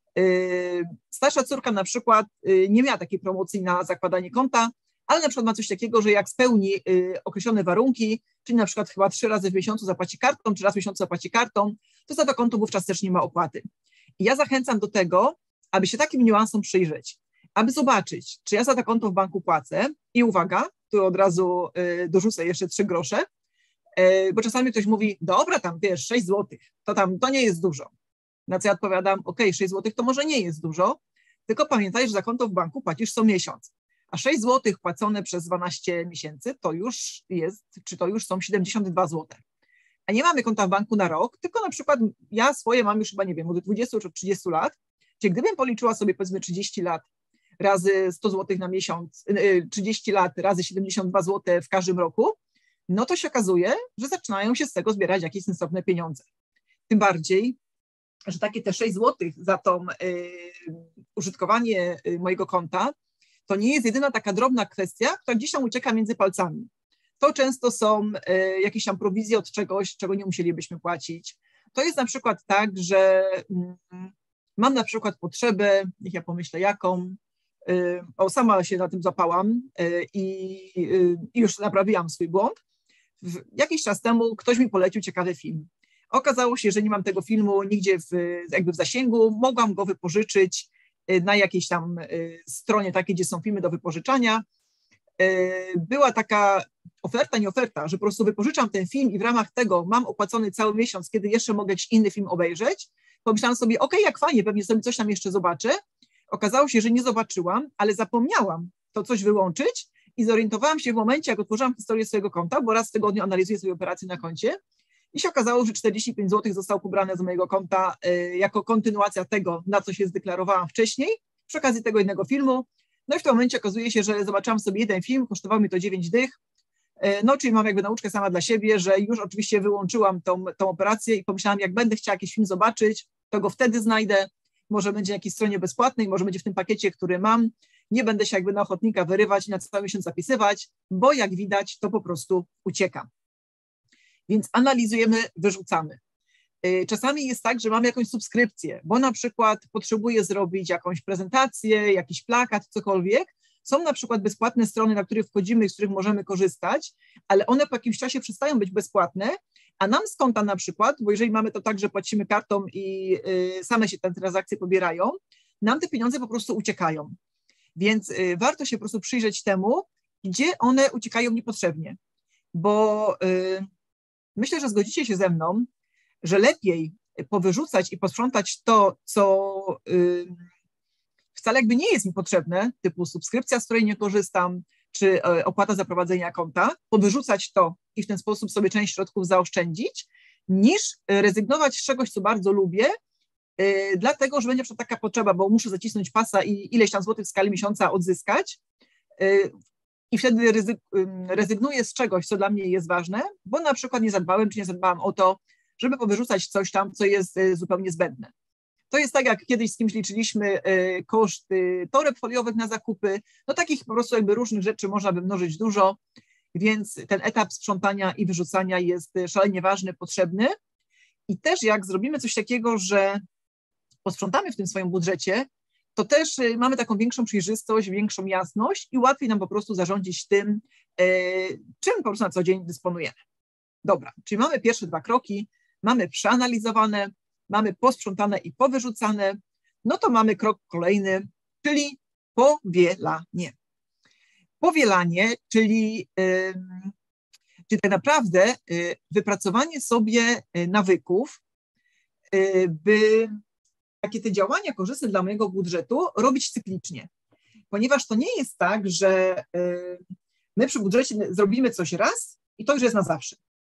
Speaker 3: Starsza córka na przykład nie miała takiej promocji na zakładanie konta, ale na przykład ma coś takiego, że jak spełni określone warunki, czyli na przykład chyba 3 razy w miesiącu zapłaci kartą, czy raz w miesiącu zapłaci kartą, to za to konto wówczas też nie ma opłaty. I ja zachęcam do tego, aby się takim niuansom przyjrzeć, aby zobaczyć, czy ja za to konto w banku płacę i uwaga, tu od razu dorzucę jeszcze 3 grosze, bo czasami ktoś mówi, dobra, tam wiesz, 6 złotych, to nie jest dużo. Na co ja odpowiadam, ok, 6 złotych to może nie jest dużo, tylko pamiętaj, że za konto w banku płacisz co miesiąc, a 6 złotych płacone przez 12 miesięcy to już są 72 złote. A nie mamy konta w banku na rok, tylko na przykład ja swoje mam już chyba, nie wiem, od 20 czy 30 lat, czyli gdybym policzyła sobie powiedzmy 30 lat razy 100 zł na miesiąc, 30 lat razy 72 zł w każdym roku, no to się okazuje, że zaczynają się z tego zbierać jakieś sensowne pieniądze. Tym bardziej, że takie te 6 zł za to użytkowanie mojego konta, to nie jest jedyna taka drobna kwestia, która gdzieś tam ucieka między palcami. To często są jakieś tam prowizje od czegoś, czego nie musielibyśmy płacić. To jest na przykład tak, że mam na przykład potrzebę, niech ja pomyślę jaką, sama się na tym zapałam i już naprawiłam swój błąd. Jakiś czas temu ktoś mi polecił ciekawy film. Okazało się, że nie mam tego filmu nigdzie jakby w zasięgu, mogłam go wypożyczyć na jakiejś tam stronie takiej, gdzie są filmy do wypożyczania. Była taka oferta, nie oferta, że po prostu wypożyczam ten film i w ramach tego mam opłacony cały miesiąc, kiedy jeszcze mogę jakiś inny film obejrzeć. Pomyślałam sobie, okej, jak fajnie, pewnie sobie coś tam jeszcze zobaczę. Okazało się, że nie zobaczyłam, ale zapomniałam to coś wyłączyć i zorientowałam się w momencie, jak otworzyłam historię swojego konta, bo raz w tygodniu analizuję sobie operacje na koncie i się okazało, że 45 zł zostało pobrane z mojego konta jako kontynuacja tego, na co się zdeklarowałam wcześniej, przy okazji tego jednego filmu. No i w tym momencie okazuje się, że zobaczyłam sobie jeden film, kosztował mi to 9 dych, no czyli mam jakby nauczkę sama dla siebie, że już oczywiście wyłączyłam tą operację i pomyślałam, jak będę chciała jakiś film zobaczyć, to go wtedy znajdę, może będzie na jakiejś stronie bezpłatnej, może będzie w tym pakiecie, który mam, nie będę się jakby na ochotnika wyrywać i na cały miesiąc zapisywać, bo jak widać, to po prostu ucieka. Więc analizujemy, wyrzucamy. Czasami jest tak, że mamy jakąś subskrypcję, bo na przykład potrzebuję zrobić jakąś prezentację, jakiś plakat, cokolwiek. Są na przykład bezpłatne strony, na które wchodzimy i z których możemy korzystać, ale one po jakimś czasie przestają być bezpłatne, a nam z konta na przykład, bo jeżeli mamy to tak, że płacimy kartą i same się te transakcje pobierają, nam te pieniądze po prostu uciekają. Więc warto się po prostu przyjrzeć temu, gdzie one uciekają niepotrzebnie, bo myślę, że zgodzicie się ze mną, że lepiej powyrzucać i posprzątać to, co wcale jakby nie jest mi potrzebne, typu subskrypcja, z której nie korzystam, czy opłata za prowadzenie konta, powyrzucać to i w ten sposób sobie część środków zaoszczędzić, niż rezygnować z czegoś, co bardzo lubię, dlatego, że będzie taka potrzeba, bo muszę zacisnąć pasa i ileś tam złotych w skali miesiąca odzyskać i wtedy rezygnuję z czegoś, co dla mnie jest ważne, bo na przykład nie zadbałem, czy nie zadbałam o to, żeby powyrzucać coś tam, co jest zupełnie zbędne. To jest tak, jak kiedyś z kimś liczyliśmy koszty toreb foliowych na zakupy, no takich po prostu jakby różnych rzeczy można by mnożyć dużo, więc ten etap sprzątania i wyrzucania jest szalenie ważny, potrzebny. I też jak zrobimy coś takiego, że posprzątamy w tym swoim budżecie, to też mamy taką większą przejrzystość, większą jasność i łatwiej nam po prostu zarządzić tym, czym po prostu na co dzień dysponujemy. Dobra, czyli mamy pierwsze 2 kroki, mamy przeanalizowane, mamy posprzątane i powyrzucane, no to mamy krok kolejny, czyli powielanie. Powielanie, czyli tak naprawdę wypracowanie sobie nawyków, by takie te działania korzystne dla mojego budżetu robić cyklicznie. Ponieważ to nie jest tak, że my przy budżecie zrobimy coś raz i to już jest na zawsze.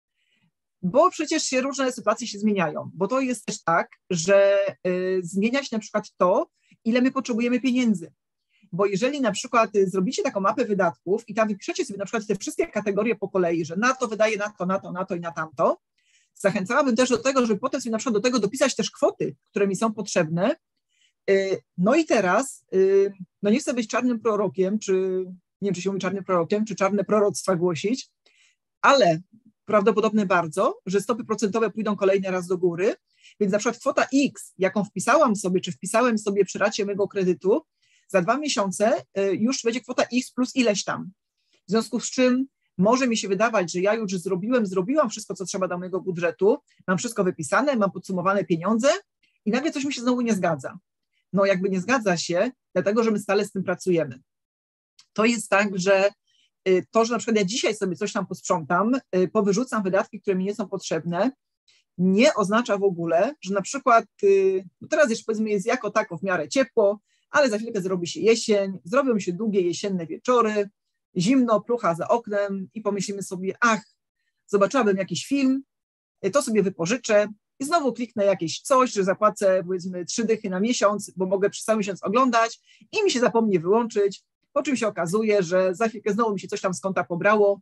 Speaker 3: Bo przecież różne sytuacje się zmieniają, bo to jest też tak, że zmienia się na przykład to, ile my potrzebujemy pieniędzy. Bo jeżeli na przykład zrobicie taką mapę wydatków i tam wypiszecie sobie na przykład te wszystkie kategorie po kolei, że na to wydaje, na to i na tamto, zachęcałabym też do tego, żeby potem sobie na przykład do tego dopisać też kwoty, które mi są potrzebne. No i teraz, no nie chcę być czarnym prorokiem, czy nie wiem, czy się mówi czarnym prorokiem, czy czarne proroctwa głosić, ale prawdopodobne bardzo, że stopy procentowe pójdą kolejny raz do góry, więc na przykład kwota X, jaką wpisałam sobie, czy wpisałem sobie przy racie mojego kredytu, za 2 miesiące już będzie kwota X plus ileś tam. W związku z czym może mi się wydawać, że ja już zrobiłam wszystko, co trzeba do mojego budżetu, mam wszystko wypisane, mam podsumowane pieniądze i nagle coś mi się znowu nie zgadza. No jakby nie zgadza się, dlatego że my stale z tym pracujemy. To jest tak, że to, że na przykład ja dzisiaj sobie coś tam posprzątam, powyrzucam wydatki, które mi nie są potrzebne, nie oznacza w ogóle, że na przykład, no teraz jeszcze powiedzmy jest jako tako w miarę ciepło, ale za chwilkę zrobi się jesień, zrobią się długie jesienne wieczory, zimno, plucha za oknem i pomyślimy sobie, zobaczyłabym jakiś film, to sobie wypożyczę i znowu kliknę jakieś coś, że zapłacę powiedzmy 3 dychy na miesiąc, bo mogę przez cały miesiąc oglądać i mi się zapomni wyłączyć, po czym się okazuje, że za chwilkę znowu mi się coś tam z konta pobrało,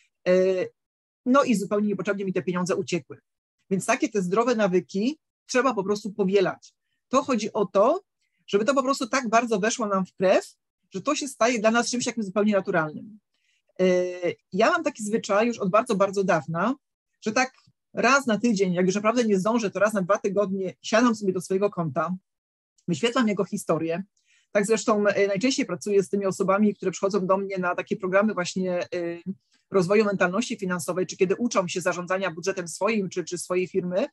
Speaker 3: no i zupełnie niepotrzebnie mi te pieniądze uciekły. Więc takie te zdrowe nawyki trzeba po prostu powielać. To chodzi o to, żeby to po prostu tak bardzo weszło nam w krew, że to się staje dla nas czymś takim zupełnie naturalnym. Ja mam taki zwyczaj już od bardzo, bardzo dawna, że tak raz na tydzień, jak już naprawdę nie zdążę, to raz na 2 tygodnie siadam sobie do swojego konta, wyświetlam jego historię. Tak zresztą najczęściej pracuję z tymi osobami, które przychodzą do mnie na takie programy właśnie rozwoju mentalności finansowej, czy kiedy uczą się zarządzania budżetem swoim, czy swojej firmy,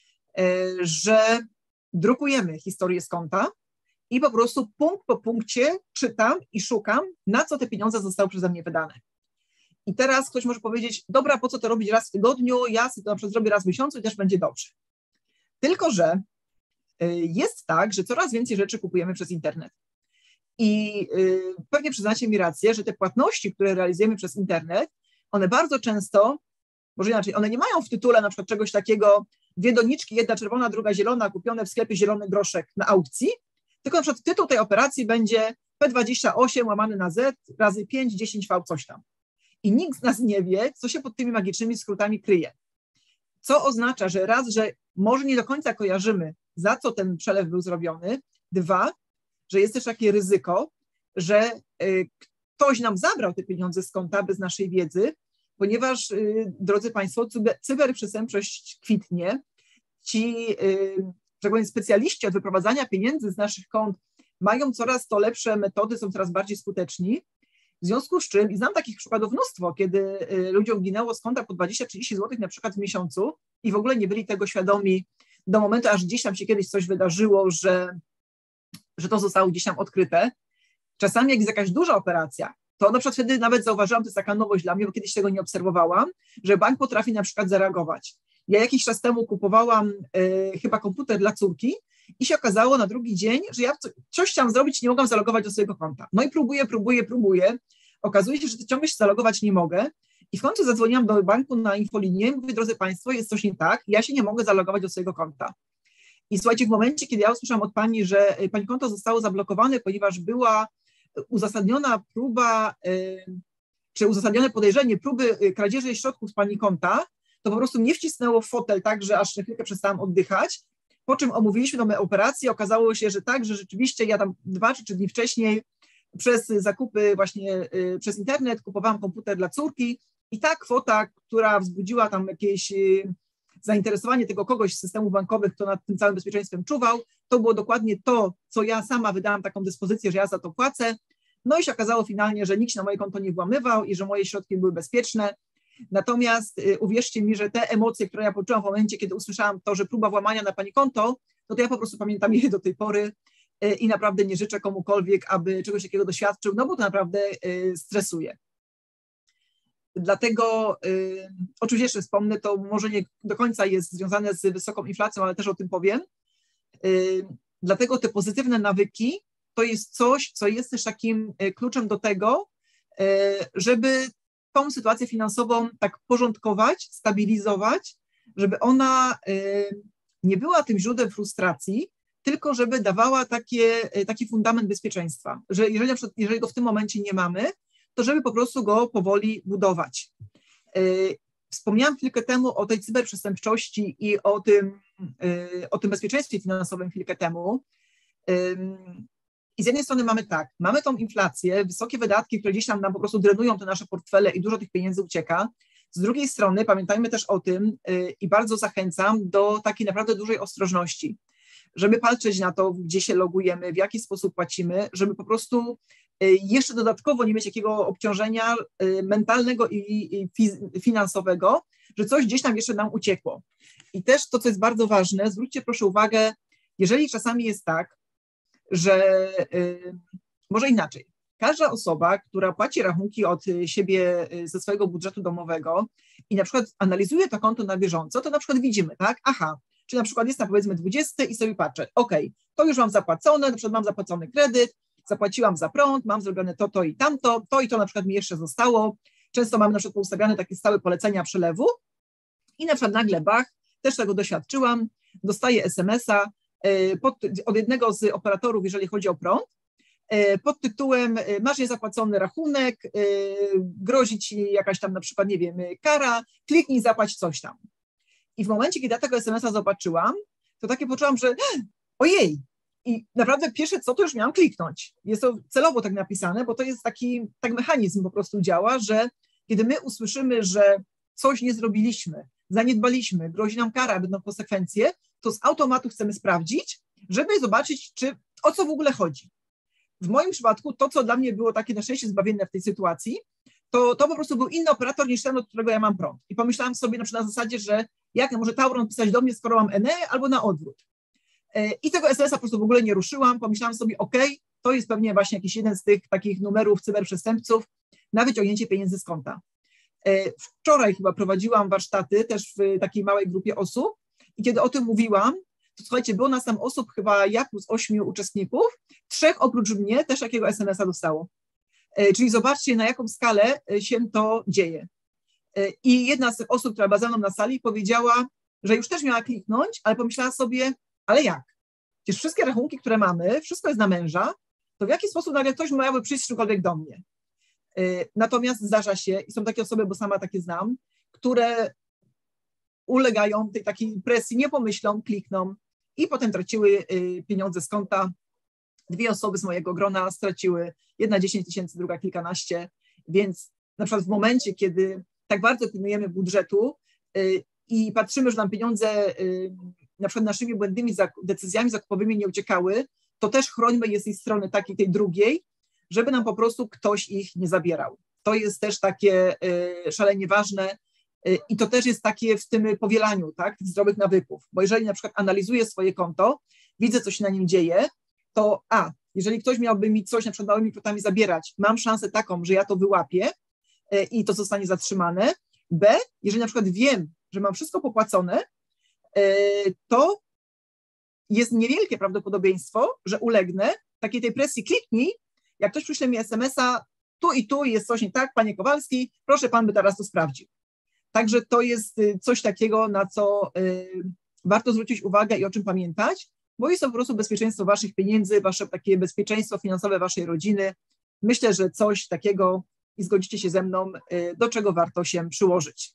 Speaker 3: że drukujemy historię z konta i po prostu punkt po punkcie czytam i szukam, na co te pieniądze zostały przeze mnie wydane. I teraz ktoś może powiedzieć, dobra, po co to robić raz w tygodniu, ja sobie to na przykład zrobię raz w miesiącu i też będzie dobrze. Tylko że jest tak, że coraz więcej rzeczy kupujemy przez internet. I pewnie przyznacie mi rację, że te płatności, które realizujemy przez internet, one bardzo często, może inaczej, one nie mają w tytule na przykład czegoś takiego, 2 doniczki, 1 czerwona, 2 zielona, kupione w sklepie zielony groszek na aukcji, tylko na przykład tytuł tej operacji będzie P28 łamany na Z razy 5, 10V coś tam. I nikt z nas nie wie, co się pod tymi magicznymi skrótami kryje. Co oznacza, że raz, że może nie do końca kojarzymy, za co ten przelew był zrobiony, 2, że jest też takie ryzyko, że ktoś nam zabrał te pieniądze z konta bez naszej wiedzy, ponieważ, drodzy Państwo, cyberprzestępczość kwitnie. Ci, że tak powiem, specjaliści od wyprowadzania pieniędzy z naszych kont mają coraz to lepsze metody, są coraz bardziej skuteczni. W związku z czym, i znam takich przykładów mnóstwo, kiedy ludziom ginęło z konta po 20-30 zł na przykład w miesiącu i w ogóle nie byli tego świadomi do momentu, aż gdzieś tam się kiedyś coś wydarzyło, że to zostało gdzieś tam odkryte. Czasami jak jest jakaś duża operacja, to na przykład wtedy nawet zauważyłam, to jest taka nowość dla mnie, bo kiedyś tego nie obserwowałam, że bank potrafi na przykład zareagować. Ja jakiś czas temu kupowałam chyba komputer dla córki i się okazało na drugi dzień, że ja coś chciałam zrobić, nie mogłam zalogować do swojego konta. No i próbuję. Okazuje się, że ciągle się zalogować nie mogę i w końcu zadzwoniłam do banku na infolinię i mówię, drodzy Państwo, jest coś nie tak, ja się nie mogę zalogować do swojego konta. I słuchajcie, w momencie, kiedy ja usłyszałam od pani, że pani konto zostało zablokowane, ponieważ była uzasadniona próba, czy uzasadnione podejrzenie próby kradzieży środków z pani konta, to po prostu mnie wcisnęło w fotel tak, że aż na chwilkę przestałam oddychać, po czym omówiliśmy tą operację, okazało się, że tak, że rzeczywiście ja tam 2 czy 3 dni wcześniej przez zakupy właśnie przez internet kupowałam komputer dla córki i ta kwota, która wzbudziła tam jakieś zainteresowanie tego kogoś z systemów bankowych, kto nad tym całym bezpieczeństwem czuwał, to było dokładnie to, co ja sama wydałam taką dyspozycję, że ja za to płacę. No i się okazało finalnie, że nikt się na moje konto nie włamywał i że moje środki były bezpieczne. Natomiast uwierzcie mi, że te emocje, które ja poczułam w momencie, kiedy usłyszałam to, że próba włamania na pani konto, no to ja po prostu pamiętam je do tej pory i naprawdę nie życzę komukolwiek, aby czegoś takiego doświadczył, no bo to naprawdę stresuje. Dlatego, oczywiście jeszcze wspomnę, to może nie do końca jest związane z wysoką inflacją, ale też o tym powiem. Dlatego te pozytywne nawyki to jest coś, co jest też takim kluczem do tego, żeby tą sytuację finansową tak porządkować, stabilizować, żeby ona nie była tym źródłem frustracji, tylko żeby dawała taki fundament bezpieczeństwa, że jeżeli go w tym momencie nie mamy, to żeby po prostu go powoli budować. Wspomniałam chwilkę temu o tej cyberprzestępczości i o tym bezpieczeństwie finansowym chwilkę temu. I z jednej strony mamy tą inflację, wysokie wydatki, które gdzieś tam nam po prostu drenują te nasze portfele i dużo tych pieniędzy ucieka. Z drugiej strony pamiętajmy też o tym i bardzo zachęcam do takiej naprawdę dużej ostrożności, żeby patrzeć na to, gdzie się logujemy, w jaki sposób płacimy, żeby po prostu jeszcze dodatkowo nie mieć jakiego obciążenia mentalnego i finansowego, że coś gdzieś tam jeszcze nam uciekło. I też to, co jest bardzo ważne, zwróćcie proszę uwagę, jeżeli czasami jest tak, że może inaczej, każda osoba, która płaci rachunki od siebie ze swojego budżetu domowego i na przykład analizuje to konto na bieżąco, to na przykład widzimy, tak, aha, czy na przykład jest na powiedzmy 20 i sobie patrzę, okej, to już mam zapłacone, na przykład mam zapłacony kredyt, zapłaciłam za prąd, mam zrobione to i tamto, to i to na przykład mi jeszcze zostało. Często mamy na przykład ustawiane takie stałe polecenia przelewu i na przykład nagle bach, też tego doświadczyłam, dostaję SMS-a od jednego z operatorów, jeżeli chodzi o prąd, pod tytułem masz niezapłacony rachunek, grozi ci jakaś tam na przykład, nie wiem, kara, kliknij, zapłać coś tam. I w momencie, kiedy ja tego SMS-a zobaczyłam, to takie poczułam, że ojej, i naprawdę pierwsze co, to już miałam kliknąć. Jest to celowo tak napisane, bo to jest tak mechanizm po prostu działa, że kiedy my usłyszymy, że coś nie zrobiliśmy, zaniedbaliśmy, grozi nam kara, będą konsekwencje, to z automatu chcemy sprawdzić, żeby zobaczyć, o co w ogóle chodzi. W moim przypadku to, co dla mnie było takie na szczęście zbawienne w tej sytuacji, to po prostu był inny operator niż ten, od którego ja mam prąd. I pomyślałam sobie na przykład na zasadzie, że jak może Tauron pisać do mnie, skoro mam Enea, albo na odwrót. I tego SMS-a po prostu w ogóle nie ruszyłam. Pomyślałam sobie, okej, to jest pewnie właśnie jakiś jeden z tych takich numerów cyberprzestępców na wyciągnięcie pieniędzy z konta. Wczoraj chyba prowadziłam warsztaty też w takiej małej grupie osób i kiedy o tym mówiłam, to słuchajcie, było nas tam osób chyba ja plus 8 uczestników, 3 oprócz mnie też takiego SMS-a dostało. Czyli zobaczcie, na jaką skalę się to dzieje. I jedna z tych osób, która była ze mną na sali, powiedziała, że już też miała kliknąć, ale pomyślała sobie, ale jak? Przecież wszystkie rachunki, które mamy, wszystko jest na męża, to w jaki sposób nagle ktoś miałby przyjść czymkolwiek do mnie? Natomiast zdarza się, i są takie osoby, bo sama takie znam, które ulegają tej takiej presji, nie pomyślą, klikną i potem traciły pieniądze z konta. 2 osoby z mojego grona straciły, jedna 10 000, druga kilkanaście, więc na przykład w momencie, kiedy tak bardzo pilnujemy budżetu i patrzymy, że nam pieniądze na przykład naszymi błędnymi decyzjami zakupowymi nie uciekały, to też chrońmy je z tej strony takiej, tej drugiej, żeby nam po prostu ktoś ich nie zabierał. To jest też takie szalenie ważne i to też jest takie w tym powielaniu, tak, tych zdrowych nawyków, bo jeżeli na przykład analizuję swoje konto, widzę, co się na nim dzieje, to jeżeli ktoś miałby mi coś na przykład małymi kwotami zabierać, mam szansę taką, że ja to wyłapię i to zostanie zatrzymane. B, jeżeli na przykład wiem, że mam wszystko popłacone, to jest niewielkie prawdopodobieństwo, że ulegnę takiej tej presji kliknij, jak ktoś przyśle mi SMS-a, tu i tu jest coś nie tak, panie Kowalski, proszę pan by teraz to sprawdził. Także to jest coś takiego, na co warto zwrócić uwagę i o czym pamiętać, bo jest to po prostu bezpieczeństwo waszych pieniędzy, wasze takie bezpieczeństwo finansowe waszej rodziny. Myślę, że coś takiego i zgodzicie się ze mną, do czego warto się przyłożyć.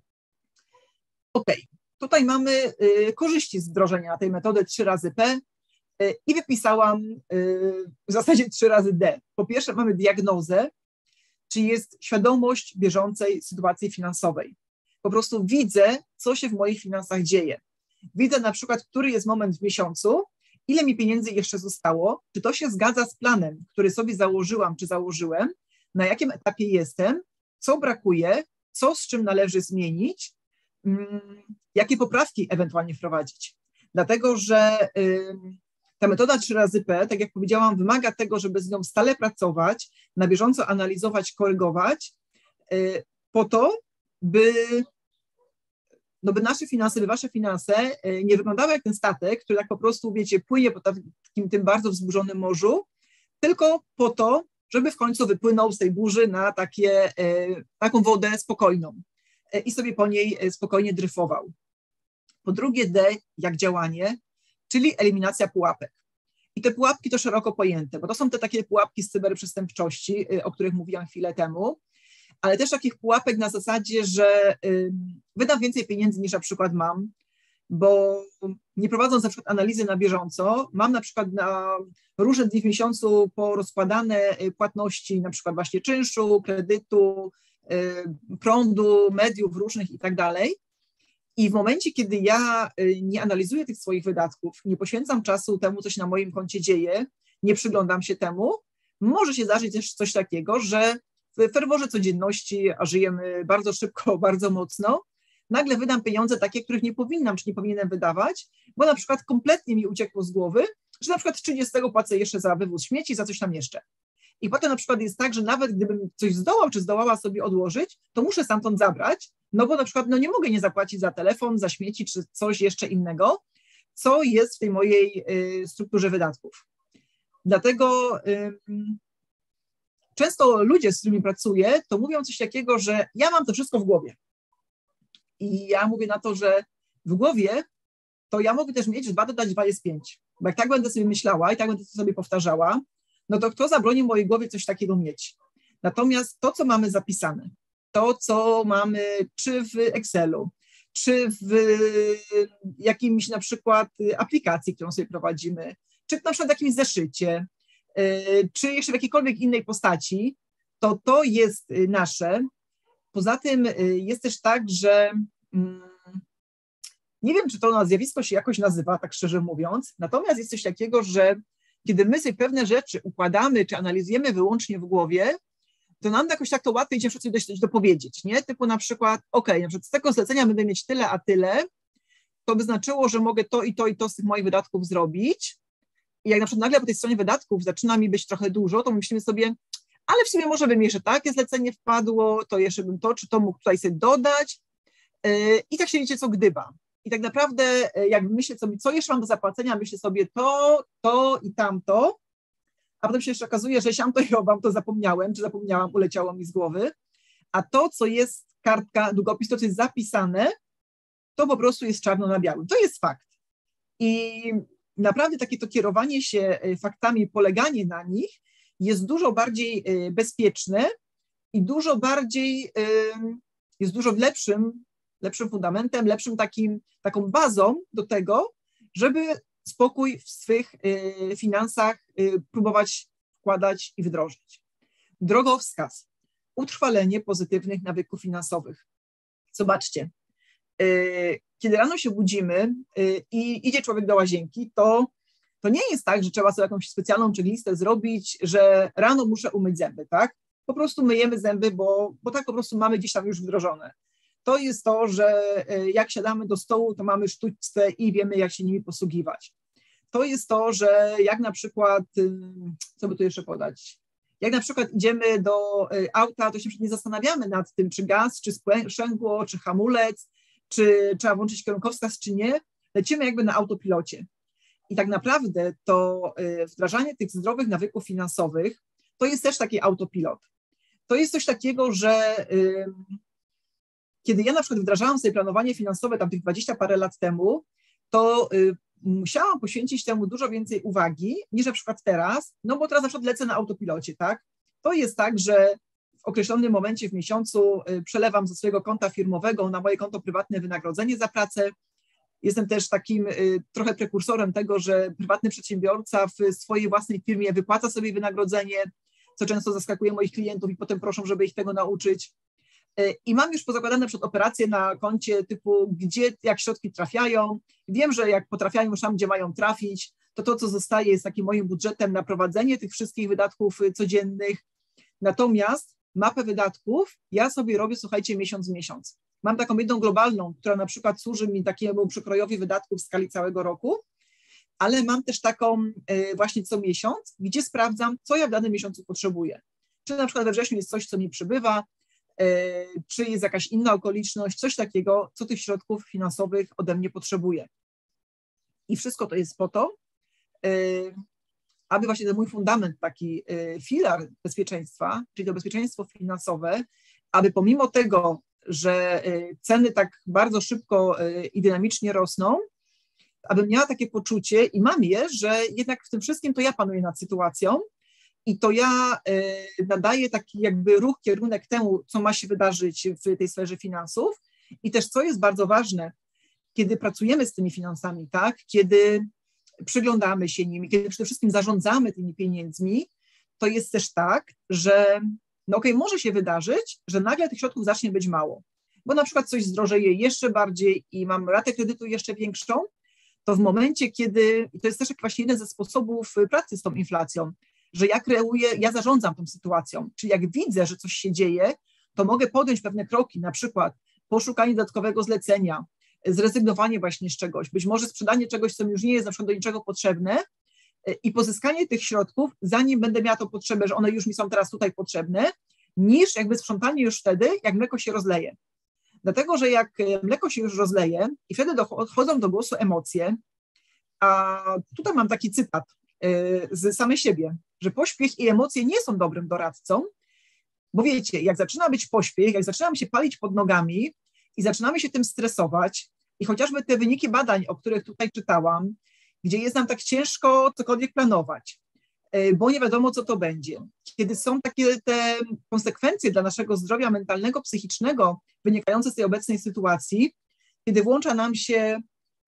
Speaker 3: Ok, tutaj mamy korzyści z wdrożenia tej metody 3 razy P i wypisałam w zasadzie 3 razy D. Po pierwsze mamy diagnozę, czyli jest świadomość bieżącej sytuacji finansowej. Po prostu widzę, co się w moich finansach dzieje. Widzę na przykład, który jest moment w miesiącu, ile mi pieniędzy jeszcze zostało, czy to się zgadza z planem, który sobie założyłam, czy założyłem, na jakim etapie jestem, co brakuje, co z czym należy zmienić, jakie poprawki ewentualnie wprowadzić. Dlatego, że ta metoda 3 razy P, tak jak powiedziałam, wymaga tego, żeby z nią stale pracować, na bieżąco analizować, korygować, po to, by nasze finanse, by wasze finanse nie wyglądały jak ten statek, który tak po prostu, wiecie, płynie po takim tym bardzo wzburzonym morzu, tylko po to, żeby w końcu wypłynął z tej burzy na taką wodę spokojną i sobie po niej spokojnie dryfował. Po drugie D, jak działanie, czyli eliminacja pułapek. I te pułapki to szeroko pojęte, bo to są te takie pułapki z cyberprzestępczości, o których mówiłam chwilę temu, ale też takich pułapek na zasadzie, że wydam więcej pieniędzy niż na przykład mam, bo nie prowadząc na przykład analizy na bieżąco, mam na przykład na różne dni w miesiącu porozkładane płatności, na przykład właśnie czynszu, kredytu, prądu, mediów różnych i tak dalej. I w momencie, kiedy ja nie analizuję tych swoich wydatków, nie poświęcam czasu temu, co się na moim koncie dzieje, nie przyglądam się temu, może się zdarzyć też coś takiego, że w ferworze codzienności, a żyjemy bardzo szybko, bardzo mocno, nagle wydam pieniądze takie, których nie powinnam, czy nie powinienem wydawać, bo na przykład kompletnie mi uciekło z głowy, że na przykład 30 płacę jeszcze za wywóz śmieci, za coś tam jeszcze. I potem na przykład jest tak, że nawet gdybym coś zdołał, czy zdołała sobie odłożyć, to muszę stamtąd zabrać, no bo na przykład nie mogę nie zapłacić za telefon, za śmieci, czy coś jeszcze innego, co jest w tej mojej strukturze wydatków. Dlatego często ludzie, z którymi pracuję, to mówią coś takiego, że ja mam to wszystko w głowie. I ja mówię na to, że w głowie to ja mogę też mieć, że 2 dodać 2 jest 5. Bo jak tak będę sobie myślała i tak będę to sobie powtarzała, no to kto zabroni mojej głowie coś takiego mieć? Natomiast to, co mamy zapisane, to, co mamy czy w Excelu, czy w jakimś na przykład aplikacji, którą sobie prowadzimy, czy na przykład w jakimś zeszycie, czy jeszcze w jakiejkolwiek innej postaci, to jest nasze. Poza tym jest też tak, że nie wiem, czy to zjawisko się jakoś nazywa, tak szczerze mówiąc, natomiast jest coś takiego, że kiedy my sobie pewne rzeczy układamy, czy analizujemy wyłącznie w głowie, to nam jakoś tak to łatwiej idzie coś dopowiedzieć, nie? Typu na przykład, na przykład z tego zlecenia będę mieć tyle, a tyle, to by znaczyło, że mogę to i to i to z tych moich wydatków zrobić. I jak na przykład nagle po tej stronie wydatków zaczyna mi być trochę dużo, to myślimy sobie, ale w sumie może bym jeszcze takie zlecenie wpadło, to jeszcze bym to, czy to mógł tutaj sobie dodać. I tak się wiecie, co gdyba. I tak naprawdę jak myślę sobie, co jeszcze mam do zapłacenia, myślę sobie to i tamto, a potem się jeszcze okazuje, że siamto i owam to zapomniałem, czy zapomniałam, uleciało mi z głowy, a to, co jest kartka, długopis, to, co jest zapisane, to po prostu jest czarno na białym. To jest fakt. I naprawdę takie to kierowanie się faktami, poleganie na nich jest dużo bardziej bezpieczne i dużo bardziej, jest dużo lepszym fundamentem, taką bazą do tego, żeby spokój w swych finansach próbować wkładać i wdrożyć. Drogowskaz. Utrwalenie pozytywnych nawyków finansowych. Zobaczcie, kiedy rano się budzimy i idzie człowiek do łazienki, to nie jest tak, że trzeba sobie jakąś specjalną checklistę zrobić, że rano muszę umyć zęby, tak? Po prostu myjemy zęby, bo tak po prostu mamy gdzieś tam już wdrożone. To jest to, że jak siadamy do stołu, to mamy sztućce i wiemy, jak się nimi posługiwać. To jest to, że jak na przykład, co by tu jeszcze podać, jak na przykład idziemy do auta, to się nie zastanawiamy nad tym, czy gaz, czy sprzęgło, czy hamulec, czy trzeba włączyć kierunkowskaz, czy nie. Lecimy jakby na autopilocie. I tak naprawdę to wdrażanie tych zdrowych nawyków finansowych to jest też taki autopilot. To jest coś takiego, że kiedy ja na przykład wdrażałam sobie planowanie finansowe tam tych 20 parę lat temu, to musiałam poświęcić temu dużo więcej uwagi niż na przykład teraz, no bo teraz na przykład lecę na autopilocie, tak? To jest tak, że w określonym momencie w miesiącu przelewam ze swojego konta firmowego na moje konto prywatne wynagrodzenie za pracę. Jestem też takim trochę prekursorem tego, że prywatny przedsiębiorca w swojej własnej firmie wypłaca sobie wynagrodzenie, co często zaskakuje moich klientów i potem proszą, żeby ich tego nauczyć. I mam już pozakładane przed operacje na koncie typu, gdzie, jak środki trafiają. Wiem, że jak potrafiają już tam, gdzie mają trafić, to co zostaje jest takim moim budżetem na prowadzenie tych wszystkich wydatków codziennych. Natomiast mapę wydatków ja sobie robię, słuchajcie, miesiąc w miesiąc. Mam taką jedną globalną, która na przykład służy mi takiemu przekrojowi wydatków w skali całego roku, ale mam też taką właśnie co miesiąc, gdzie sprawdzam, co ja w danym miesiącu potrzebuję. Czy na przykład we wrześniu jest coś, co mi przybywa, czy jest jakaś inna okoliczność, coś takiego, co tych środków finansowych ode mnie potrzebuje. I wszystko to jest po to, aby właśnie ten mój fundament, taki filar bezpieczeństwa, czyli to bezpieczeństwo finansowe, aby pomimo tego, że ceny tak bardzo szybko i dynamicznie rosną, abym miała takie poczucie i mam je, że jednak w tym wszystkim to ja panuję nad sytuacją i to ja nadaję taki jakby ruch, kierunek temu, co ma się wydarzyć w tej sferze finansów i też co jest bardzo ważne, kiedy pracujemy z tymi finansami, tak, kiedy przyglądamy się nimi, kiedy przede wszystkim zarządzamy tymi pieniędzmi, to jest też tak, że no okej, może się wydarzyć, że nagle tych środków zacznie być mało, bo na przykład coś zdrożeje jeszcze bardziej i mam ratę kredytu jeszcze większą, to w momencie, kiedy, i to jest też właśnie jeden ze sposobów pracy z tą inflacją, że ja kreuję, ja zarządzam tą sytuacją, czyli jak widzę, że coś się dzieje, to mogę podjąć pewne kroki, na przykład poszukanie dodatkowego zlecenia, zrezygnowanie właśnie z czegoś, być może sprzedanie czegoś, co mi już nie jest na przykład do niczego potrzebne i pozyskanie tych środków, zanim będę miała to potrzebę, że one już mi są teraz tutaj potrzebne, niż jakby sprzątanie już wtedy, jak mleko się rozleje. Dlatego, że jak mleko się już rozleje i wtedy dochodzą do głosu emocje, a tutaj mam taki cytat z samej siebie, że pośpiech i emocje nie są dobrym doradcą, bo wiecie, jak zaczyna być pośpiech, jak zaczynam się palić pod nogami i zaczynamy się tym stresować i chociażby te wyniki badań, o których tutaj czytałam, gdzie jest nam tak ciężko cokolwiek planować, bo nie wiadomo, co to będzie. Kiedy są takie te konsekwencje dla naszego zdrowia mentalnego, psychicznego wynikające z tej obecnej sytuacji, kiedy włącza nam się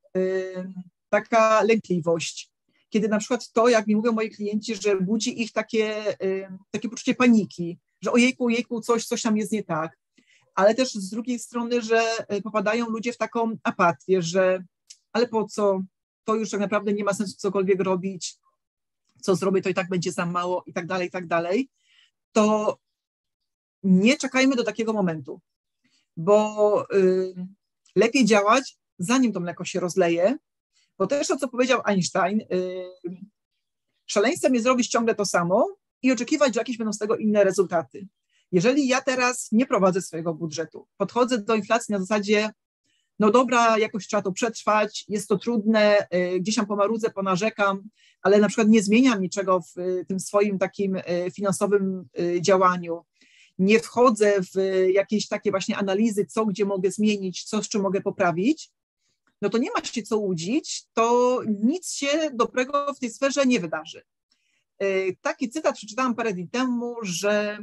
Speaker 3: taka lękliwość, kiedy na przykład to, jak mi mówią moi klienci, że budzi ich takie poczucie paniki, że ojejku, coś tam jest nie tak, ale też z drugiej strony, że popadają ludzie w taką apatię, że ale po co, to już tak naprawdę nie ma sensu cokolwiek robić, co zrobię, to i tak będzie za mało i tak dalej, to nie czekajmy do takiego momentu, bo lepiej działać, zanim to mleko się rozleje, bo też to, co powiedział Einstein, szaleństwem jest zrobić ciągle to samo i oczekiwać, że jakieś będą z tego inne rezultaty. Jeżeli ja teraz nie prowadzę swojego budżetu, podchodzę do inflacji na zasadzie, no dobra, jakoś trzeba to przetrwać, jest to trudne, gdzieś tam pomarudzę, ponarzekam, ale na przykład nie zmieniam niczego w tym swoim takim finansowym działaniu, nie wchodzę w jakieś takie właśnie analizy, co gdzie mogę zmienić, co z czym mogę poprawić, no to nie ma się co łudzić, to nic się dobrego w tej sferze nie wydarzy. Taki cytat przeczytałam parę dni temu, że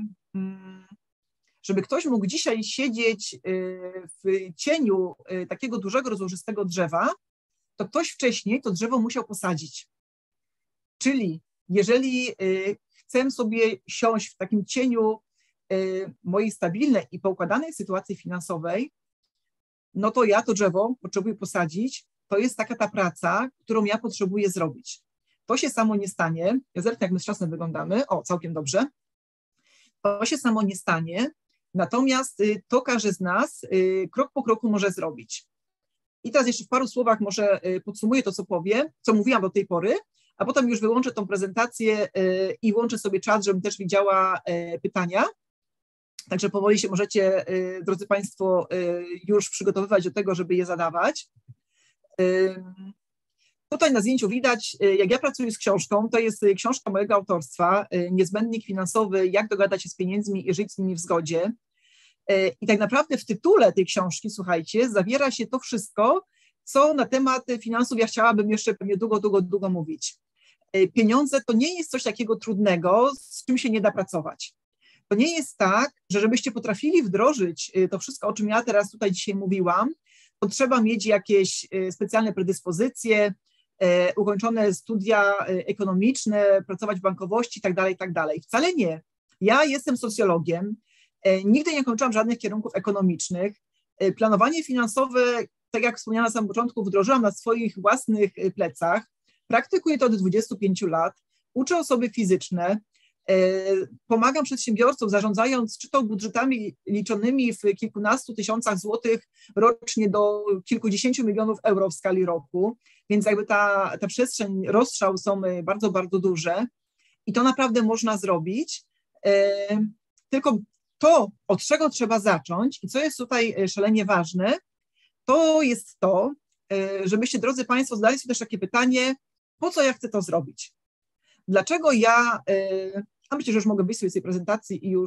Speaker 3: żeby ktoś mógł dzisiaj siedzieć w cieniu takiego dużego, rozłożystego drzewa, to ktoś wcześniej to drzewo musiał posadzić. Czyli jeżeli chcę sobie siąść w takim cieniu mojej stabilnej i poukładanej sytuacji finansowej, no to ja to drzewo potrzebuję posadzić. To jest taka ta praca, którą ja potrzebuję zrobić. To się samo nie stanie. Ja zerknę, jak my z czasem wyglądamy. O, całkiem dobrze. To się samo nie stanie. Natomiast to każdy z nas krok po kroku może zrobić. I teraz jeszcze w paru słowach może podsumuję to, co powiem, co mówiłam do tej pory, a potem już wyłączę tą prezentację i włączę sobie czat, żebym też widziała pytania. Także powoli się możecie, drodzy Państwo, już przygotowywać do tego, żeby je zadawać. Tutaj na zdjęciu widać, jak ja pracuję z książką, to jest książka mojego autorstwa, Niezbędnik finansowy, jak dogadać się z pieniędzmi i żyć z nimi w zgodzie. I tak naprawdę w tytule tej książki, słuchajcie, zawiera się to wszystko, co na temat finansów ja chciałabym jeszcze pewnie długo mówić. Pieniądze to nie jest coś takiego trudnego, z czym się nie da pracować. To nie jest tak, że żebyście potrafili wdrożyć to wszystko, o czym ja teraz tutaj dzisiaj mówiłam, to trzeba mieć jakieś specjalne predyspozycje, ukończone studia ekonomiczne, pracować w bankowości itd., itd. Wcale nie. Ja jestem socjologiem, nigdy nie kończyłam żadnych kierunków ekonomicznych. Planowanie finansowe, tak jak wspomniałam na samym początku, wdrożyłam na swoich własnych plecach. Praktykuję to od 25 lat. Uczę osoby fizyczne, pomagam przedsiębiorcom, zarządzając czy to budżetami liczonymi w kilkunastu tysiącach złotych rocznie do kilkudziesięciu milionów euro w skali roku, więc jakby ta przestrzeń, rozstrzał są bardzo, bardzo duże i to naprawdę można zrobić, tylko to, od czego trzeba zacząć i co jest tutaj szalenie ważne, to jest to, żebyście, drodzy Państwo, zadali sobie też takie pytanie, po co ja chcę to zrobić? Dlaczego ja, a myślę, że już mogę wyjść z tej prezentacji i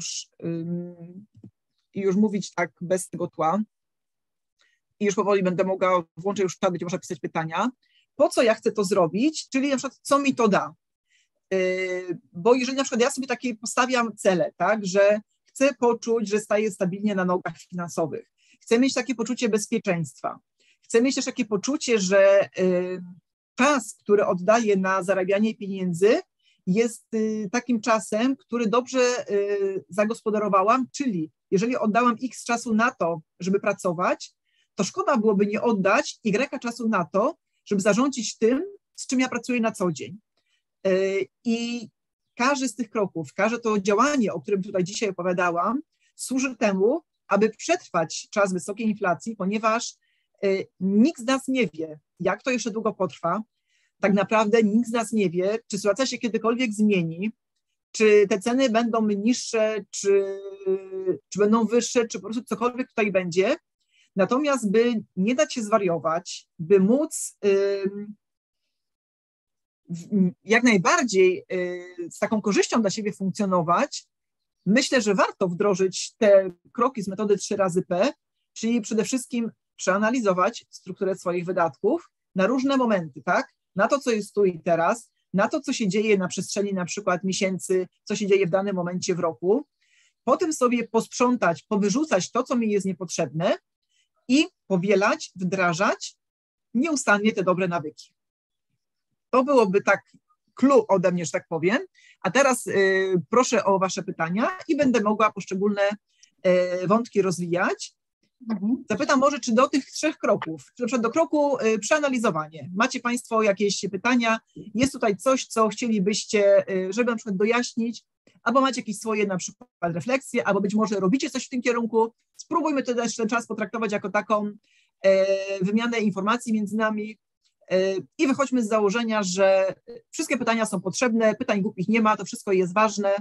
Speaker 3: już mówić tak bez tego tła i już powoli będę mogła, włączę już czat, będzie można pisać pytania, po co ja chcę to zrobić, czyli na przykład co mi to da? Bo jeżeli na przykład ja sobie takie postawiam cele, tak, że chcę poczuć, że staję stabilnie na nogach finansowych, chcę mieć takie poczucie bezpieczeństwa, chcę mieć też takie poczucie, że czas, który oddaję na zarabianie pieniędzy, jest takim czasem, który dobrze zagospodarowałam, czyli jeżeli oddałam x czasu na to, żeby pracować, to szkoda byłoby nie oddać y czasu na to, żeby zarządzić tym, z czym ja pracuję na co dzień. I każdy z tych kroków, każde to działanie, o którym tutaj dzisiaj opowiadałam, służy temu, aby przetrwać czas wysokiej inflacji, ponieważ nikt z nas nie wie, jak to jeszcze długo potrwa. Tak naprawdę nikt z nas nie wie, czy sytuacja się kiedykolwiek zmieni, czy te ceny będą niższe, czy będą wyższe, czy po prostu cokolwiek tutaj będzie. Natomiast by nie dać się zwariować, by móc jak najbardziej z taką korzyścią dla siebie funkcjonować, myślę, że warto wdrożyć te kroki z metody 3x P, czyli przede wszystkim przeanalizować strukturę swoich wydatków na różne momenty, tak? Na to, co jest tu i teraz, na to, co się dzieje na przestrzeni na przykład miesięcy, co się dzieje w danym momencie w roku, potem sobie posprzątać, powyrzucać to, co mi jest niepotrzebne i powielać, wdrażać nieustannie te dobre nawyki. To byłoby tak clue ode mnie, że tak powiem. A teraz proszę o Wasze pytania i będę mogła poszczególne wątki rozwijać. Zapytam może, czy do tych 3 kroków, czy na przykład do kroku przeanalizowanie. Macie Państwo jakieś pytania? Jest tutaj coś, co chcielibyście, żeby na przykład dojaśnić, albo macie jakieś swoje na przykład refleksje, albo być może robicie coś w tym kierunku. Spróbujmy też ten czas potraktować jako taką wymianę informacji między nami i wychodźmy z założenia, że wszystkie pytania są potrzebne, pytań głupich nie ma, to wszystko jest ważne.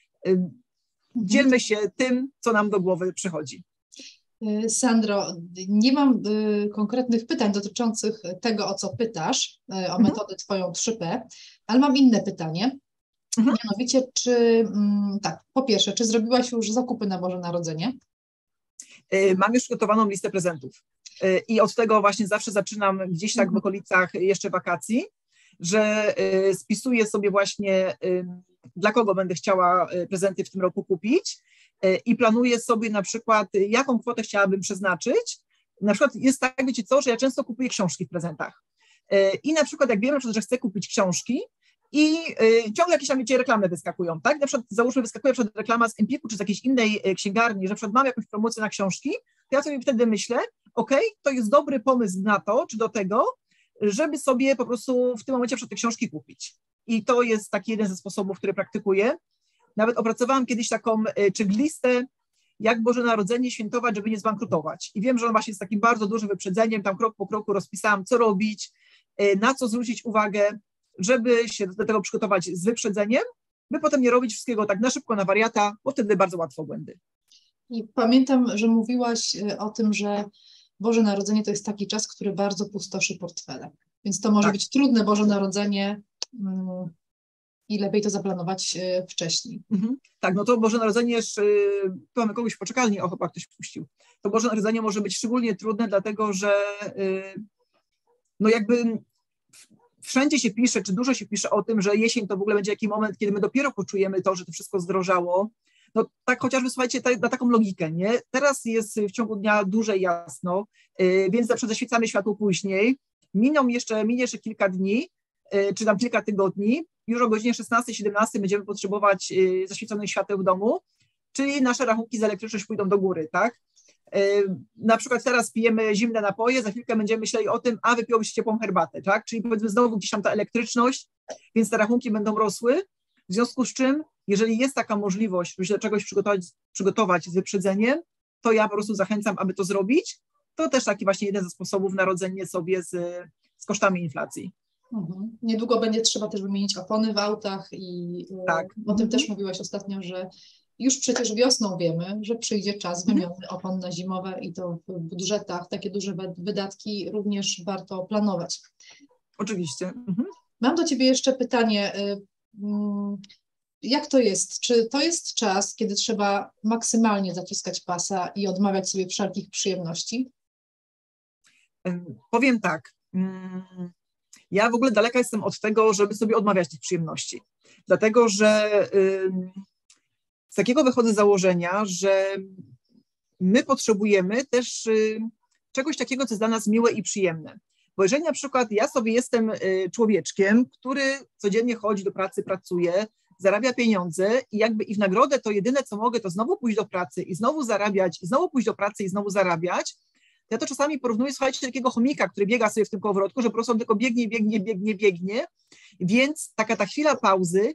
Speaker 3: Dzielmy się tym, co nam do głowy przychodzi.
Speaker 2: Sandro, nie mam konkretnych pytań dotyczących tego, o co pytasz, o metodę twoją 3P, ale mam inne pytanie. Mianowicie, tak, po pierwsze, czy zrobiłaś już zakupy na Boże Narodzenie?
Speaker 3: Mam już przygotowaną listę prezentów i od tego właśnie zawsze zaczynam gdzieś tak w okolicach jeszcze wakacji, że spisuję sobie właśnie, dla kogo będę chciała prezenty w tym roku kupić i planuję sobie na przykład, jaką kwotę chciałabym przeznaczyć. Na przykład jest tak, wiecie co, że ja często kupuję książki w prezentach i na przykład jak wiem, że chcę kupić książki, i ciągle jakieś tam, wiecie, reklamy wyskakują, tak? Na przykład załóżmy, wyskakuje przed reklama z Empiku czy z jakiejś innej księgarni, że na przykład mam jakąś promocję na książki, to ja sobie wtedy myślę, okej, to jest dobry pomysł na to, czy do tego, żeby sobie po prostu w tym momencie te książki kupić. I to jest taki jeden ze sposobów, który praktykuję. Nawet opracowałam kiedyś taką checklistę, jak Boże Narodzenie świętować, żeby nie zbankrutować. I wiem, że on właśnie jest takim bardzo dużym wyprzedzeniem, tam krok po kroku rozpisałam, co robić, na co zwrócić uwagę, żeby się do tego przygotować z wyprzedzeniem, by potem nie robić wszystkiego tak na szybko, na wariata, bo wtedy bardzo łatwo błędy.
Speaker 2: I pamiętam, że mówiłaś o tym, że Boże Narodzenie to jest taki czas, który bardzo pustoszy portfele. Więc to może być trudne Boże Narodzenie i lepiej to zaplanować wcześniej.
Speaker 3: Tak, no to Boże Narodzenie, tu mamy kogoś w poczekalni, o chyba ktoś puścił. To Boże Narodzenie może być szczególnie trudne, dlatego że no jakby wszędzie się pisze, czy dużo się pisze o tym, że jesień to w ogóle będzie taki moment, kiedy my dopiero poczujemy to, że to wszystko zdrożało. No tak chociażby, słuchajcie, na taką logikę, nie? Teraz jest w ciągu dnia dłużej jasno, więc na przykład zaświecamy światło później, minie jeszcze kilka dni, czy tam kilka tygodni, już o godzinie 16-17 będziemy potrzebować zaświeconych świateł w domu, czyli nasze rachunki za elektryczność pójdą do góry, tak? Na przykład teraz pijemy zimne napoje, za chwilkę będziemy myśleli o tym, a wypiłoby się ciepłą herbatę, tak? Czyli powiedzmy znowu gdzieś tam ta elektryczność, więc te rachunki będą rosły, w związku z czym, jeżeli jest taka możliwość, żeby się do czegoś przygotować z wyprzedzeniem, to ja po prostu zachęcam, aby to zrobić. To też taki właśnie jeden ze sposobów na radzenie sobie z kosztami inflacji.
Speaker 2: Niedługo będzie trzeba też wymienić opony w autach i o tym też mówiłaś ostatnio, że już przecież wiosną wiemy, że przyjdzie czas wymiany opon na zimowe i to w budżetach takie duże wydatki również warto planować.
Speaker 3: Oczywiście.
Speaker 2: Mam do Ciebie jeszcze pytanie. Jak to jest? Czy to jest czas, kiedy trzeba maksymalnie zaciskać pasa i odmawiać sobie wszelkich przyjemności?
Speaker 3: Powiem tak. Ja w ogóle daleka jestem od tego, żeby sobie odmawiać tych przyjemności. Dlatego, że z takiego wychodzę z założenia, że my potrzebujemy też czegoś takiego, co jest dla nas miłe i przyjemne. Bo jeżeli na przykład ja sobie jestem człowieczkiem, który codziennie chodzi do pracy, pracuje, zarabia pieniądze i w nagrodę to jedyne, co mogę, to znowu pójść do pracy i znowu zarabiać, i znowu pójść do pracy i znowu zarabiać, to ja to czasami porównuję, słuchajcie, takiego chomika, który biega sobie w tym kołowrotku, że po prostu on tylko biegnie, więc ta chwila pauzy,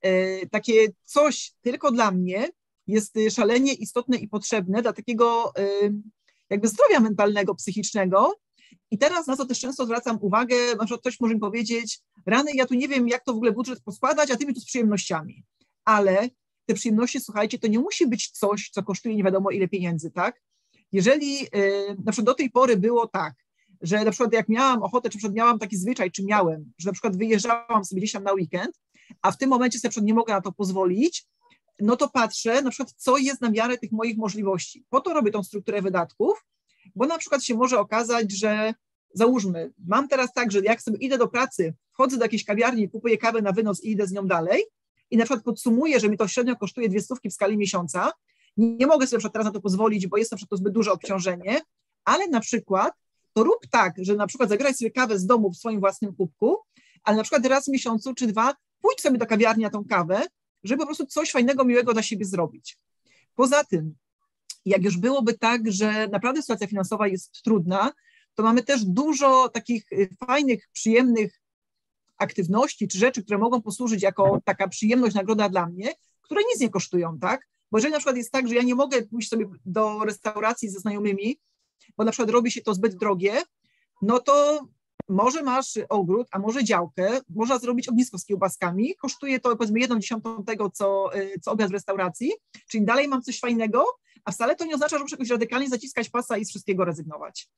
Speaker 3: takie coś tylko dla mnie jest szalenie istotne i potrzebne dla takiego jakby zdrowia mentalnego, psychicznego. I teraz na co też często zwracam uwagę, na przykład ktoś może mi powiedzieć, rany, ja tu nie wiem, jak to w ogóle budżet poskładać, a ty mi tu z przyjemnościami. Ale te przyjemności, słuchajcie, to nie musi być coś, co kosztuje nie wiadomo ile pieniędzy, tak? Jeżeli na przykład do tej pory było tak, że na przykład jak miałam ochotę, czy na przykład miałam taki zwyczaj, czy miałem, że na przykład wyjeżdżałam sobie gdzieś tam na weekend, a w tym momencie sobie na przykład nie mogę na to pozwolić, no to patrzę na przykład, co jest na miarę tych moich możliwości. Po to robię tą strukturę wydatków, bo na przykład się może okazać, że załóżmy, mam teraz tak, że jak sobie idę do pracy, wchodzę do jakiejś kawiarni, kupuję kawę na wynos i idę z nią dalej i na przykład podsumuję, że mi to średnio kosztuje 200 w skali miesiąca, nie mogę sobie na przykład teraz na to pozwolić, bo jest na przykład to zbyt duże obciążenie, ale na przykład to rób tak, że na przykład zabieraj sobie kawę z domu w swoim własnym kubku, ale na przykład raz w miesiącu czy dwa pójdź sobie do kawiarni na tą kawę, żeby po prostu coś fajnego, miłego dla siebie zrobić. Poza tym, jak już byłoby tak, że naprawdę sytuacja finansowa jest trudna, to mamy też dużo takich fajnych, przyjemnych aktywności czy rzeczy, które mogą posłużyć jako taka przyjemność, nagroda dla mnie, które nic nie kosztują, tak? Bo jeżeli na przykład jest tak, że ja nie mogę pójść sobie do restauracji ze znajomymi, bo na przykład robi się to zbyt drogie, no to może masz ogród, a może działkę, można zrobić ognisko z kiełbaskami, kosztuje to powiedzmy 1/10 tego, co obiad w restauracji, czyli dalej mam coś fajnego, a wcale to nie oznacza, że muszę jakoś radykalnie zaciskać pasa i z wszystkiego rezygnować.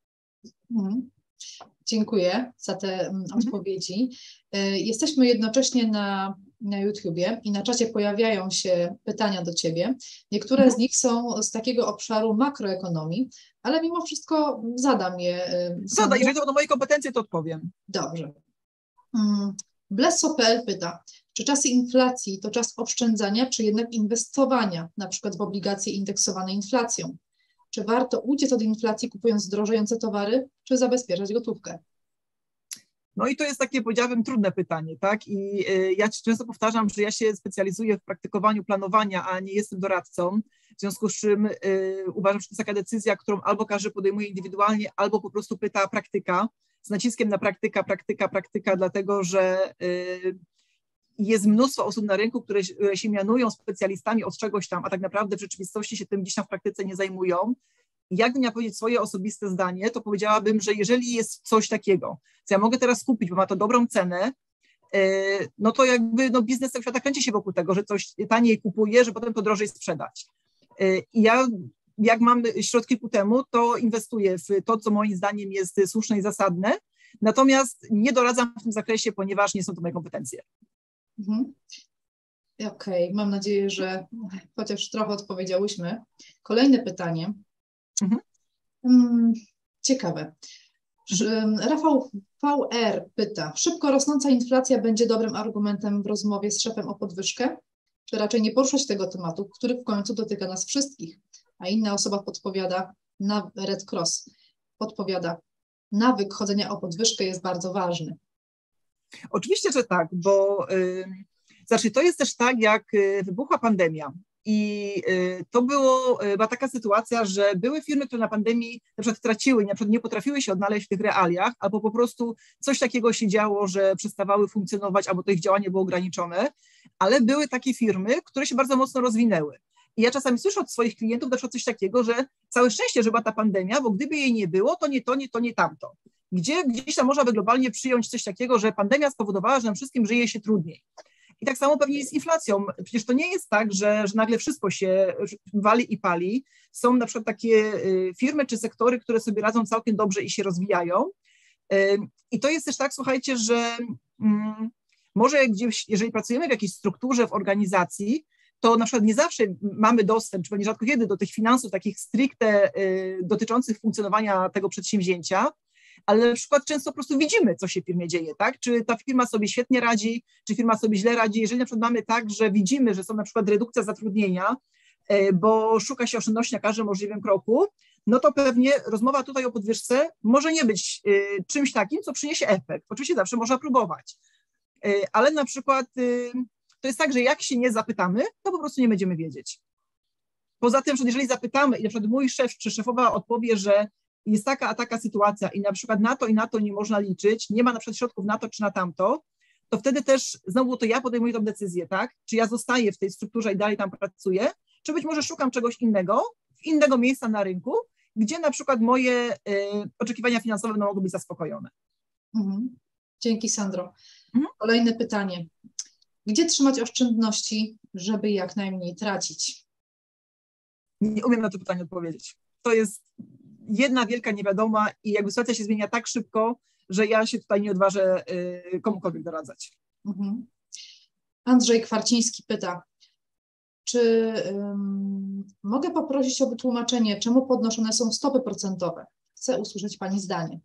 Speaker 2: Dziękuję za te odpowiedzi. Jesteśmy jednocześnie na YouTubie i na czacie pojawiają się pytania do Ciebie. Niektóre z nich są z takiego obszaru makroekonomii, ale mimo wszystko zadam je.
Speaker 3: Zadaj, jeżeli to będą moje kompetencje, to odpowiem.
Speaker 2: Dobrze. Blesso.pl pyta, czy czasy inflacji to czas oszczędzania, czy jednak inwestowania, na przykład w obligacje indeksowane inflacją? Czy warto uciec od inflacji, kupując drożejące towary, czy zabezpieczać gotówkę?
Speaker 3: No i to jest takie, powiedziałabym, trudne pytanie, tak? I ja często powtarzam, że ja się specjalizuję w praktykowaniu planowania, a nie jestem doradcą, w związku z czym uważam, że to jest taka decyzja, którą albo każdy podejmuje indywidualnie, albo po prostu pyta praktyka, z naciskiem na praktyka, dlatego że jest mnóstwo osób na rynku, które się mianują specjalistami od czegoś tam, a tak naprawdę w rzeczywistości się tym gdzieś tam w praktyce nie zajmują. I jakbym miała powiedzieć swoje osobiste zdanie, to powiedziałabym, że jeżeli jest coś takiego, co ja mogę teraz kupić, bo ma to dobrą cenę, no to jakby biznes tego świata kręci się wokół tego, że coś taniej kupuję, że potem to drożej sprzedać. I ja, jak mam środki ku temu, to inwestuję w to, co moim zdaniem jest słuszne i zasadne. natomiast nie doradzam w tym zakresie, ponieważ nie są to moje kompetencje.
Speaker 2: Okej, mam nadzieję, że chociaż trochę odpowiedziałyśmy. Kolejne pytanie. Ciekawe. Rafał VR pyta, szybko rosnąca inflacja będzie dobrym argumentem w rozmowie z szefem o podwyżkę? Czy raczej nie poruszać tego tematu, który w końcu dotyka nas wszystkich? A inna osoba podpowiada, Red Cross podpowiada, nawyk chodzenia o podwyżkę jest bardzo ważny.
Speaker 3: Oczywiście, że tak, bo to jest też tak, jak wybuchła pandemia i to była taka sytuacja, że były firmy, które na pandemii na przykład traciły, na przykład nie potrafiły się odnaleźć w tych realiach, albo po prostu coś takiego się działo, że przestawały funkcjonować, albo to ich działanie było ograniczone, ale były takie firmy, które się bardzo mocno rozwinęły. I ja czasami słyszę od swoich klientów na przykład coś takiego, że całe szczęście, że była ta pandemia, bo gdyby jej nie było, to nie to, nie tamto. Gdzieś tam można by globalnie przyjąć coś takiego, że pandemia spowodowała, że nam wszystkim żyje się trudniej. I tak samo pewnie jest z inflacją. Przecież to nie jest tak, że nagle wszystko się wali i pali. Są na przykład takie firmy czy sektory, które sobie radzą całkiem dobrze i się rozwijają. I to jest też tak, słuchajcie, że może gdzieś, jeżeli pracujemy w jakiejś strukturze, w organizacji, to na przykład nie zawsze mamy dostęp, czy pewnie rzadko kiedy, do tych finansów takich stricte dotyczących funkcjonowania tego przedsięwzięcia, ale na przykład często po prostu widzimy, co się w firmie dzieje, tak? Czy ta firma sobie świetnie radzi, czy firma sobie źle radzi. Jeżeli na przykład mamy tak, że widzimy, że są na przykład redukcja zatrudnienia, bo szuka się oszczędności na każdym możliwym kroku, no to pewnie rozmowa tutaj o podwyżce może nie być czymś takim, co przyniesie efekt. Oczywiście zawsze można próbować, ale na przykład to jest tak, że jak się nie zapytamy, to po prostu nie będziemy wiedzieć. Poza tym, że jeżeli zapytamy i na przykład mój szef czy szefowa odpowie, że jest taka a taka sytuacja i na przykład na to i na to nie można liczyć, nie ma na przykład środków na to czy na tamto, to wtedy też znowu to ja podejmuję tę decyzję, tak? Czy ja zostaję w tej strukturze i dalej tam pracuję, czy być może szukam czegoś innego miejsca na rynku, gdzie na przykład moje oczekiwania finansowe mogą być zaspokojone.
Speaker 2: Dzięki, Sandro. Kolejne pytanie. Gdzie trzymać oszczędności, żeby jak najmniej tracić?
Speaker 3: Nie umiem na to pytanie odpowiedzieć. To jest jedna wielka niewiadoma i jakby sytuacja się zmienia tak szybko, że ja się tutaj nie odważę komukolwiek doradzać.
Speaker 2: Andrzej Kwarciński pyta, czy mogę poprosić o wytłumaczenie, czemu podnoszone są stopy procentowe? Chcę usłyszeć Pani zdanie.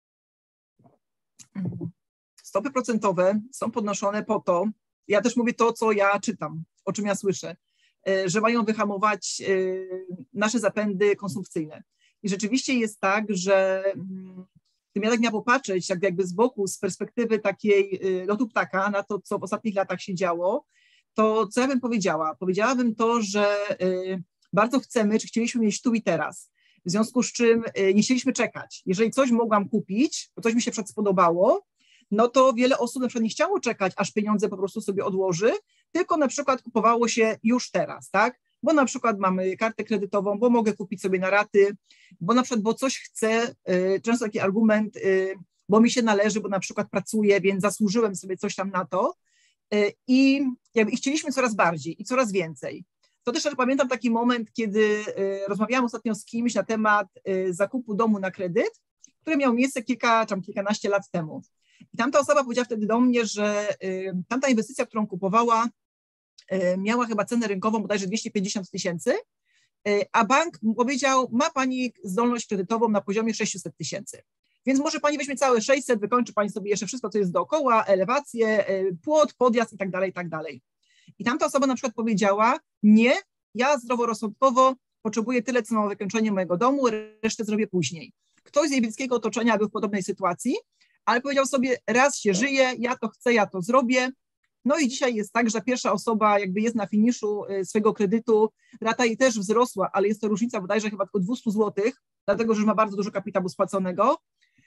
Speaker 3: Stopy procentowe są podnoszone po to, ja też mówię to, co ja czytam, o czym ja słyszę, że mają wyhamować nasze zapędy konsumpcyjne. I rzeczywiście jest tak, że gdybym ja tak miała popatrzeć jakby z boku, z perspektywy takiej lotu ptaka na to, co w ostatnich latach się działo, to co ja bym powiedziała? Powiedziałabym to, że bardzo chcemy, czy chcieliśmy mieć tu i teraz, w związku z czym nie chcieliśmy czekać. Jeżeli coś mogłam kupić, bo coś mi się spodobało, no to wiele osób na przykład nie chciało czekać, aż pieniądze po prostu sobie odłoży, tylko na przykład kupowało się już teraz, tak? Bo na przykład mamy kartę kredytową, bo mogę kupić sobie na raty, bo na przykład, bo coś chcę, często taki argument, bo mi się należy, bo na przykład pracuję, więc zasłużyłem sobie coś tam na to i chcieliśmy coraz bardziej i coraz więcej. To też pamiętam taki moment, kiedy rozmawiałam ostatnio z kimś na temat zakupu domu na kredyt, który miał miejsce kilkanaście lat temu. I tamta osoba powiedziała wtedy do mnie, że tamta inwestycja, którą kupowała, miała chyba cenę rynkową bodajże 250 000, a bank powiedział, ma Pani zdolność kredytową na poziomie 600 000. Więc może Pani weźmie całe 600, wykończy Pani sobie jeszcze wszystko, co jest dookoła, elewację, płot, podjazd i tak dalej, i tak dalej. I tamta osoba na przykład powiedziała, nie, ja zdroworozsądkowo potrzebuję tyle, co na wykończenie mojego domu, resztę zrobię później. Ktoś z jej bliskiego otoczenia był w podobnej sytuacji, ale powiedział sobie, raz się żyje, ja to chcę, ja to zrobię. No i dzisiaj jest tak, że pierwsza osoba jakby jest na finiszu swojego kredytu, rata jej też wzrosła, ale jest to różnica bodajże chyba tylko 200 zł, dlatego że już ma bardzo dużo kapitału spłaconego,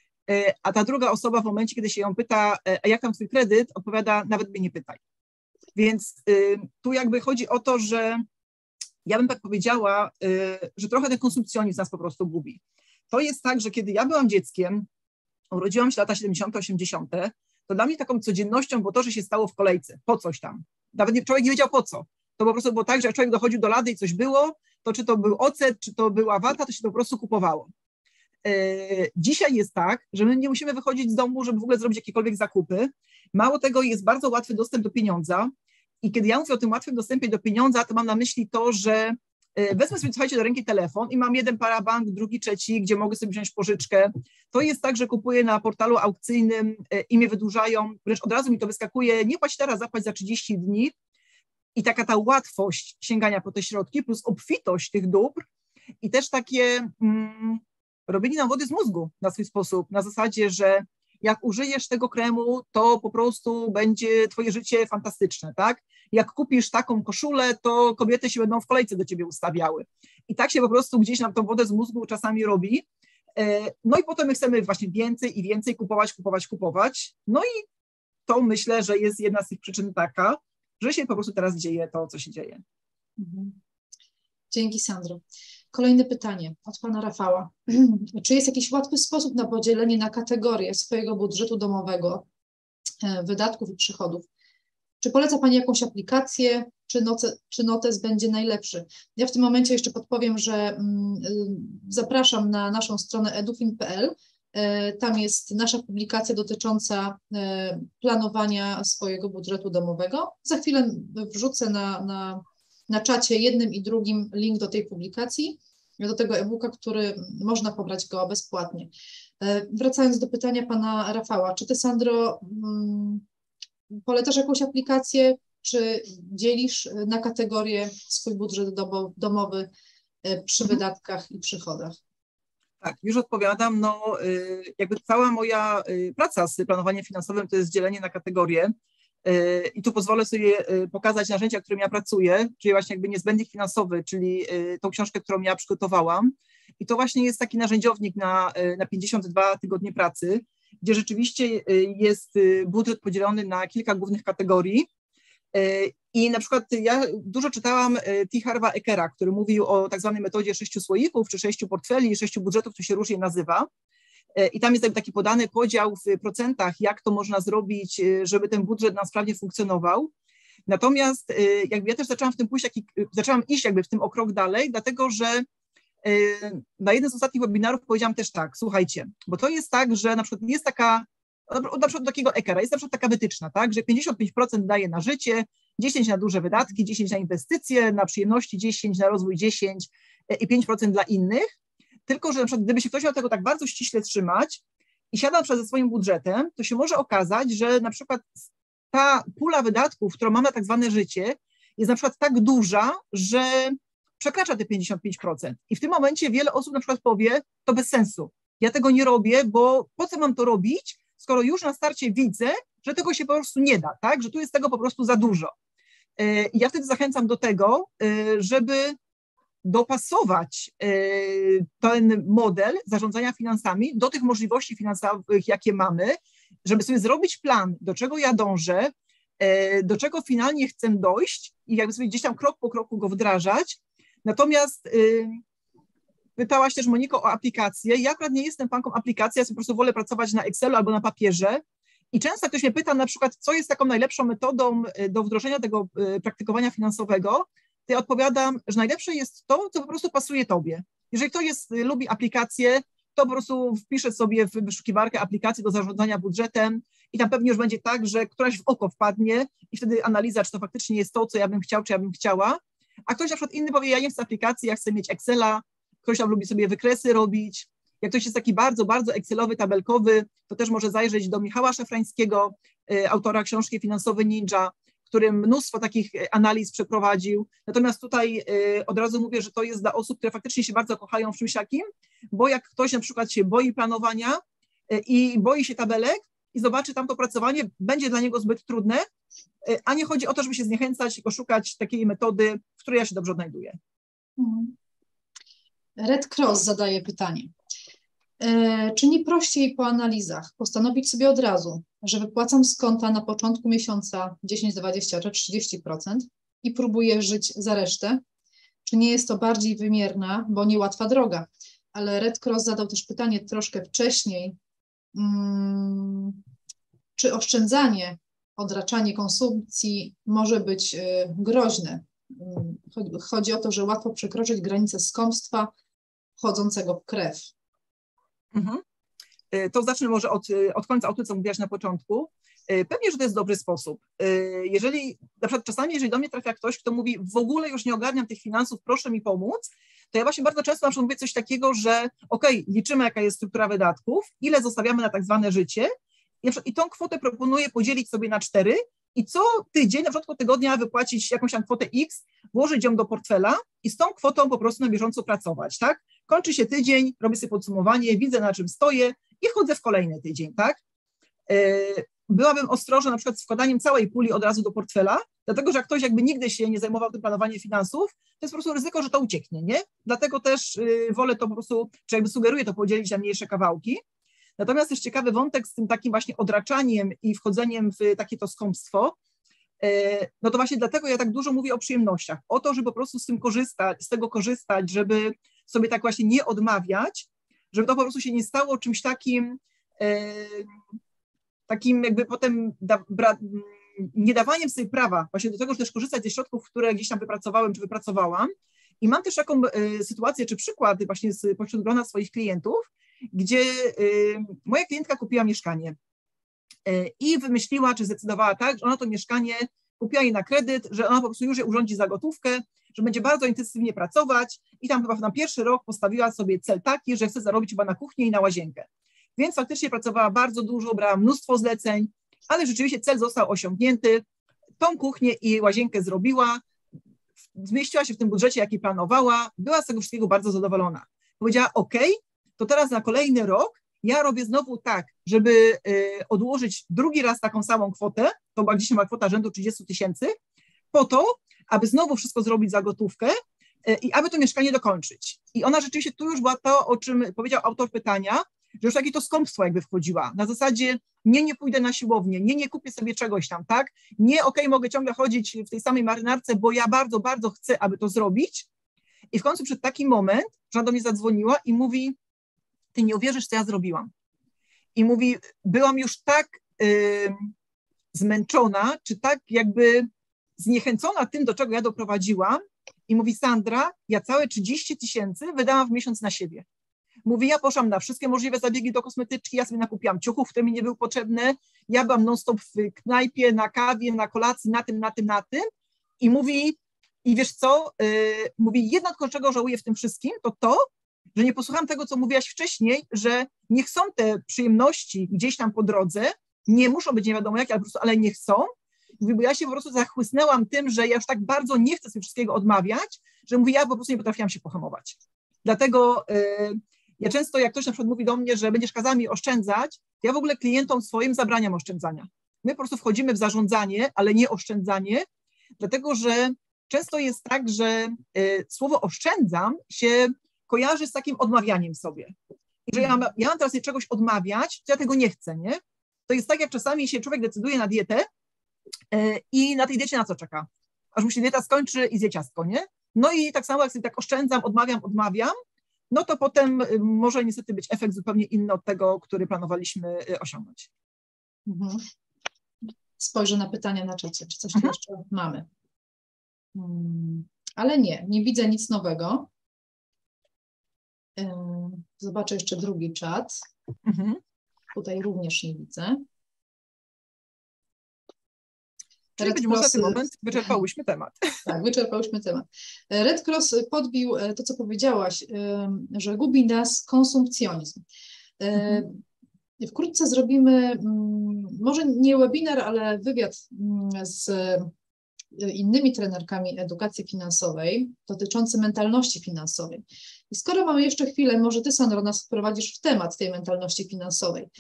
Speaker 3: a ta druga osoba w momencie, kiedy się ją pyta, a jak tam twój kredyt, odpowiada, nawet mnie nie pytaj. Więc tu jakby chodzi o to, że ja bym tak powiedziała, że trochę ten konsumpcjonizm nas po prostu gubi. To jest tak, że kiedy ja byłam dzieckiem, urodziłam się lata 70., 80., to dla mnie taką codziennością było to, że się stało w kolejce, po coś tam. Nawet człowiek nie wiedział po co. To po prostu było tak, że jak człowiek dochodził do lady i coś było, to czy to był ocet, czy to była wata, to się to po prostu kupowało. Dzisiaj jest tak, że my nie musimy wychodzić z domu, żeby w ogóle zrobić jakiekolwiek zakupy. Mało tego, jest bardzo łatwy dostęp do pieniądza i kiedy ja mówię o tym łatwym dostępie do pieniądza, to mam na myśli to, że wezmę sobie, słuchajcie, do ręki telefon i mam jeden parabank, drugi, trzeci, gdzie mogę sobie wziąć pożyczkę. To jest tak, że kupuję na portalu aukcyjnym i mnie wydłużają, wręcz od razu mi to wyskakuje, nie płać teraz, zapłać za 30 dni. I taka ta łatwość sięgania po te środki, plus obfitość tych dóbr i też takie robienie nam wody z mózgu na swój sposób, na zasadzie, że jak użyjesz tego kremu, to po prostu będzie twoje życie fantastyczne, tak? Jak kupisz taką koszulę, to kobiety się będą w kolejce do ciebie ustawiały. I tak się po prostu gdzieś nam tą wodę z mózgu czasami robi. No i potem my chcemy właśnie więcej i więcej kupować. No i to myślę, że jest jedna z tych przyczyn taka, że się po prostu teraz dzieje to, co się dzieje.
Speaker 2: Dzięki, Sandro. Kolejne pytanie od pana Rafała. Czy jest jakiś łatwy sposób na podzielenie na kategorie swojego budżetu domowego, wydatków i przychodów? Czy poleca pani jakąś aplikację, czy notes będzie najlepszy? Ja w tym momencie jeszcze podpowiem, że zapraszam na naszą stronę edufin.pl. Tam jest nasza publikacja dotycząca planowania swojego budżetu domowego. Za chwilę wrzucę na czacie jednym i drugim link do tej publikacji, do tego e-booka, który można pobrać go bezpłatnie. Wracając do pytania pana Rafała, czy ty, Sandro, polecasz jakąś aplikację, czy dzielisz na kategorie swój budżet domowy przy wydatkach i przychodach?
Speaker 3: Tak, już odpowiadam. No, jakby cała moja praca z planowaniem finansowym to jest dzielenie na kategorie. I tu pozwolę sobie pokazać narzędzia, którym ja pracuję, czyli właśnie jakby niezbędnik finansowy, czyli tą książkę, którą ja przygotowałam. I to właśnie jest taki narzędziownik na 52 tygodnie pracy, gdzie rzeczywiście jest budżet podzielony na kilka głównych kategorii. I na przykład ja dużo czytałam T. Harva Ekera, który mówił o tak zwanej metodzie 6 słoików, czy 6 portfeli, 6 budżetów, to się różnie nazywa. I tam jest taki podany podział w procentach, jak to można zrobić, żeby ten budżet nam sprawnie funkcjonował. Natomiast jakby ja też zaczęłam iść jakby w tym o krok dalej, dlatego że na jednym z ostatnich webinarów powiedziałam też tak, słuchajcie, bo to jest tak, że na przykład jest taka, na przykład takiego Ekera, jest na przykład taka wytyczna, tak, że 55% daje na życie, 10 na duże wydatki, 10 na inwestycje, na przyjemności 10, na rozwój 10 i 5% dla innych. Tylko że na przykład gdyby się ktoś miał tego tak bardzo ściśle trzymać i siada na przykład ze swoim budżetem, to się może okazać, że na przykład ta pula wydatków, którą mam na tak zwane życie, jest na przykład tak duża, że przekracza te 55%. I w tym momencie wiele osób na przykład powie, to bez sensu. Ja tego nie robię, bo po co mam to robić, skoro już na starcie widzę, że tego się po prostu nie da, tak? Że tu jest tego po prostu za dużo. I ja wtedy zachęcam do tego, żeby dopasować ten model zarządzania finansami do tych możliwości finansowych, jakie mamy, żeby sobie zrobić plan, do czego ja dążę, do czego finalnie chcę dojść i jakby sobie gdzieś tam krok po kroku go wdrażać. Natomiast pytałaś też, Moniko, o aplikację. Ja akurat nie jestem fanką aplikacji, ja sobie po prostu wolę pracować na Excelu albo na papierze. I często ktoś mnie pyta na przykład, co jest taką najlepszą metodą do wdrożenia tego praktykowania finansowego, to ja odpowiadam, że najlepsze jest to, co po prostu pasuje tobie. Jeżeli ktoś lubi aplikację, to po prostu wpisze sobie w wyszukiwarkę aplikację do zarządzania budżetem i tam pewnie już będzie tak, że któraś w oko wpadnie i wtedy analiza, czy to faktycznie jest to, co ja bym chciał, czy ja bym chciała. A ktoś na przykład inny powie, ja nie chcę aplikacji, ja chcę mieć Excela, ktoś tam lubi sobie wykresy robić. Jak ktoś jest taki bardzo, bardzo Excelowy, tabelkowy, to też może zajrzeć do Michała Szafrańskiego, autora książki Finansowy Ninja, który mnóstwo takich analiz przeprowadził. Natomiast tutaj od razu mówię, że to jest dla osób, które faktycznie się bardzo kochają w czymś takim, bo jak ktoś na przykład się boi planowania i boi się tabelek i zobaczy tam to pracowanie, będzie dla niego zbyt trudne, a nie chodzi o to, żeby się zniechęcać, tylko szukać takiej metody, w której ja się dobrze odnajduję.
Speaker 2: Red Cross zadaje pytanie. Czy nie prościej po analizach postanowić sobie od razu, że wypłacam z konta na początku miesiąca 10, 20 czy 30% i próbuję żyć za resztę? Czy nie jest to bardziej wymierna, bo niełatwa droga? Ale Red Cross zadał też pytanie troszkę wcześniej. Czy oszczędzanie, odraczanie konsumpcji może być groźne? Chodzi o to, że łatwo przekroczyć granicę skąpstwa wchodzącego w krew.
Speaker 3: Mhm. To zacznę może od końca, od tego, co mówiłaś na początku. Pewnie, że to jest dobry sposób. Jeżeli, na przykład czasami, jeżeli do mnie trafia ktoś, kto mówi, w ogóle już nie ogarniam tych finansów, proszę mi pomóc, to ja właśnie bardzo często na przykład mówię coś takiego, że liczymy, jaka jest struktura wydatków, ile zostawiamy na tak zwane życie i tą kwotę proponuję podzielić sobie na 4 i co tydzień, na początku tygodnia wypłacić jakąś tam kwotę X, włożyć ją do portfela i z tą kwotą po prostu na bieżąco pracować, tak? Kończy się tydzień, robię sobie podsumowanie, widzę, na czym stoję i wchodzę w kolejny tydzień, tak? Byłabym ostrożna na przykład z wkładaniem całej puli od razu do portfela, dlatego że jak ktoś jakby nigdy się nie zajmował tym planowaniem finansów, to jest po prostu ryzyko, że to ucieknie, nie? Dlatego też wolę to po prostu, czy jakby sugeruję to podzielić na mniejsze kawałki. Natomiast jest ciekawy wątek z tym takim właśnie odraczaniem i wchodzeniem w takie to skąpstwo. No to właśnie dlatego ja tak dużo mówię o przyjemnościach, o to, żeby po prostu z tego korzystać, żeby sobie tak właśnie nie odmawiać, żeby to po prostu się nie stało czymś takim jakby potem nie dawaniem sobie prawa właśnie do tego, że też korzystać ze środków, które gdzieś tam wypracowałem czy wypracowałam. I mam też taką sytuację czy przykład właśnie pośród grona swoich klientów, gdzie moja klientka kupiła mieszkanie i wymyśliła, czy zdecydowała tak, że ona to mieszkanie kupiła je na kredyt, że ona po prostu już je urządzi za gotówkę, że będzie bardzo intensywnie pracować i tam chyba na pierwszy rok postawiła sobie cel taki, że chce zarobić chyba na kuchnię i na łazienkę. Więc faktycznie pracowała bardzo dużo, brała mnóstwo zleceń, ale rzeczywiście cel został osiągnięty. Tą kuchnię i łazienkę zrobiła, zmieściła się w tym budżecie, jaki planowała, była z tego wszystkiego bardzo zadowolona. Powiedziała, to teraz na kolejny rok ja robię znowu tak, żeby odłożyć drugi raz taką samą kwotę, to była gdzieś ma kwota rzędu 30 000, po to, aby znowu wszystko zrobić za gotówkę i aby to mieszkanie dokończyć. I ona rzeczywiście tu już była to, o czym powiedział autor pytania, że już takie to skąpstwo jakby wchodziła. Na zasadzie nie pójdę na siłownię, nie kupię sobie czegoś tam, tak? Nie, mogę ciągle chodzić w tej samej marynarce, bo ja bardzo, bardzo chcę, aby to zrobić. I w końcu przed taki moment, że ona do mnie zadzwoniła i mówi, ty nie uwierzysz, co ja zrobiłam. I mówi, byłam już tak zmęczona, czy tak jakby zniechęcona tym, do czego ja doprowadziłam. I mówi, Sandra, ja całe 30 000 wydałam w miesiąc na siebie. Mówi, ja poszłam na wszystkie możliwe zabiegi do kosmetyczki, ja sobie nakupiłam ciuchów, które mi nie były potrzebne, ja byłam non-stop w knajpie, na kawie, na kolacji, na tym. I mówi, i wiesz co, mówi, jedno tylko czego żałuję w tym wszystkim, to, że nie posłuchałam tego, co mówiłaś wcześniej, że niech są te przyjemności gdzieś tam po drodze, nie muszą być nie wiadomo jakie, ale niech są. Mówi, bo ja się po prostu zachłysnęłam tym, że ja już tak bardzo nie chcę sobie wszystkiego odmawiać, że mówi, ja po prostu nie potrafiłam się pohamować. Dlatego ja często, jak ktoś na przykład mówi do mnie, że będziesz kazała mi oszczędzać, ja w ogóle klientom swoim zabraniam oszczędzania. My po prostu wchodzimy w zarządzanie, ale nie oszczędzanie, dlatego że często jest tak, że słowo oszczędzam się kojarzy z takim odmawianiem sobie. I że ja mam teraz czegoś odmawiać, to ja tego nie chcę, nie? To jest tak, jak czasami się człowiek decyduje na dietę i na tej diecie na co czeka? Aż mu się dieta skończy i zje ciastko, nie? No i tak samo, jak sobie tak oszczędzam, odmawiam, no to potem może niestety być efekt zupełnie inny od tego, który planowaliśmy osiągnąć.
Speaker 2: Mhm. Spojrzę na pytania na czacie, czy coś tu jeszcze mamy. Ale nie widzę nic nowego. Zobaczę jeszcze drugi czat. Tutaj również nie widzę.
Speaker 3: Czyli być może na ten moment wyczerpałyśmy temat. Tak,
Speaker 2: wyczerpałyśmy temat. Red Cross podbił to, co powiedziałaś, że gubi nas konsumpcjonizm. Wkrótce zrobimy, może nie webinar, ale wywiad z innymi trenerkami edukacji finansowej dotyczący mentalności finansowej. I skoro mamy jeszcze chwilę, może ty, Sandro, nas wprowadzisz w temat tej mentalności finansowej.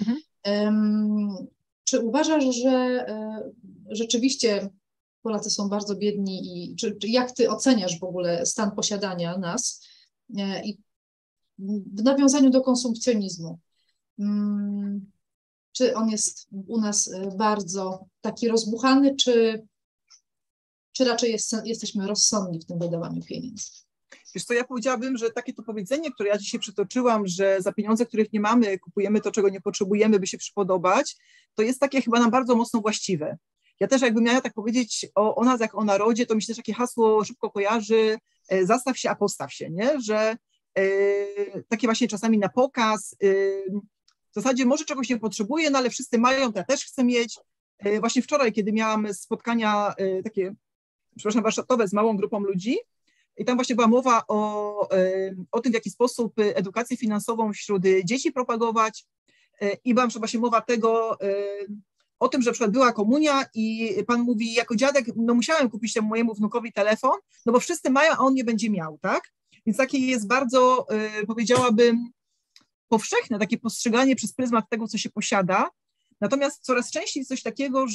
Speaker 2: Czy uważasz, że rzeczywiście Polacy są bardzo biedni i czy jak ty oceniasz w ogóle stan posiadania nas i w nawiązaniu do konsumpcjonizmu? Czy on jest u nas bardzo taki rozbuchany, czy raczej jesteśmy rozsądni w tym wydawaniu pieniędzy?
Speaker 3: Wiesz co, ja powiedziałabym, że takie to powiedzenie, które ja dzisiaj przytoczyłam, że za pieniądze, których nie mamy, kupujemy to, czego nie potrzebujemy, by się przypodobać, to jest takie chyba nam bardzo mocno właściwe. Ja też jakbym miała tak powiedzieć o nas jak o narodzie, to mi się też takie hasło szybko kojarzy, zastaw się, a postaw się, nie? Że takie właśnie czasami na pokaz. W zasadzie może czegoś nie potrzebuję, no ale wszyscy mają, to ja też chcę mieć. Właśnie wczoraj, kiedy miałam spotkania takie, przepraszam, warsztatowe z małą grupą ludzi i tam właśnie była mowa o tym, w jaki sposób edukację finansową wśród dzieci propagować i była właśnie mowa o tym, że na przykład była komunia i pan mówi, jako dziadek, no musiałem kupić temu mojemu wnukowi telefon, no bo wszyscy mają, a on nie będzie miał, tak? Więc takie jest bardzo, powiedziałabym, powszechne takie postrzeganie przez pryzmat tego, co się posiada. Natomiast coraz częściej jest coś takiego,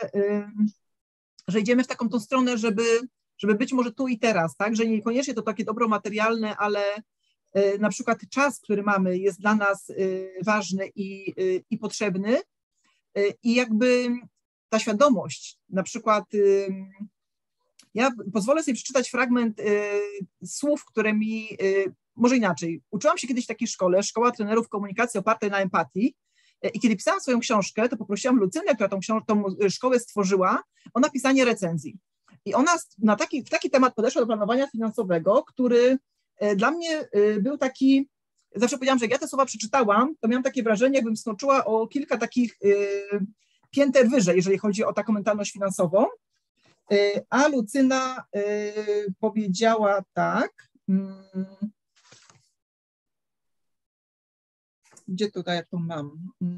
Speaker 3: że idziemy w taką tą stronę, żeby być może tu i teraz, tak? Że niekoniecznie to takie dobro materialne, ale na przykład czas, który mamy, jest dla nas ważny i potrzebny. I jakby ta świadomość, na przykład ja pozwolę sobie przeczytać fragment słów, które mi, może inaczej, uczyłam się kiedyś w takiej szkole, Szkoła Trenerów Komunikacji opartej na empatii i kiedy pisałam swoją książkę, to poprosiłam Lucynę, która tą szkołę stworzyła, o napisanie recenzji. I ona w taki temat podeszła do planowania finansowego, który dla mnie był taki, zawsze powiedziałam, że jak ja te słowa przeczytałam, to miałam takie wrażenie, jakbym skoczyła o kilka takich pięter wyżej, jeżeli chodzi o taką mentalność finansową. A Lucyna powiedziała tak, gdzie tutaj ja to mam?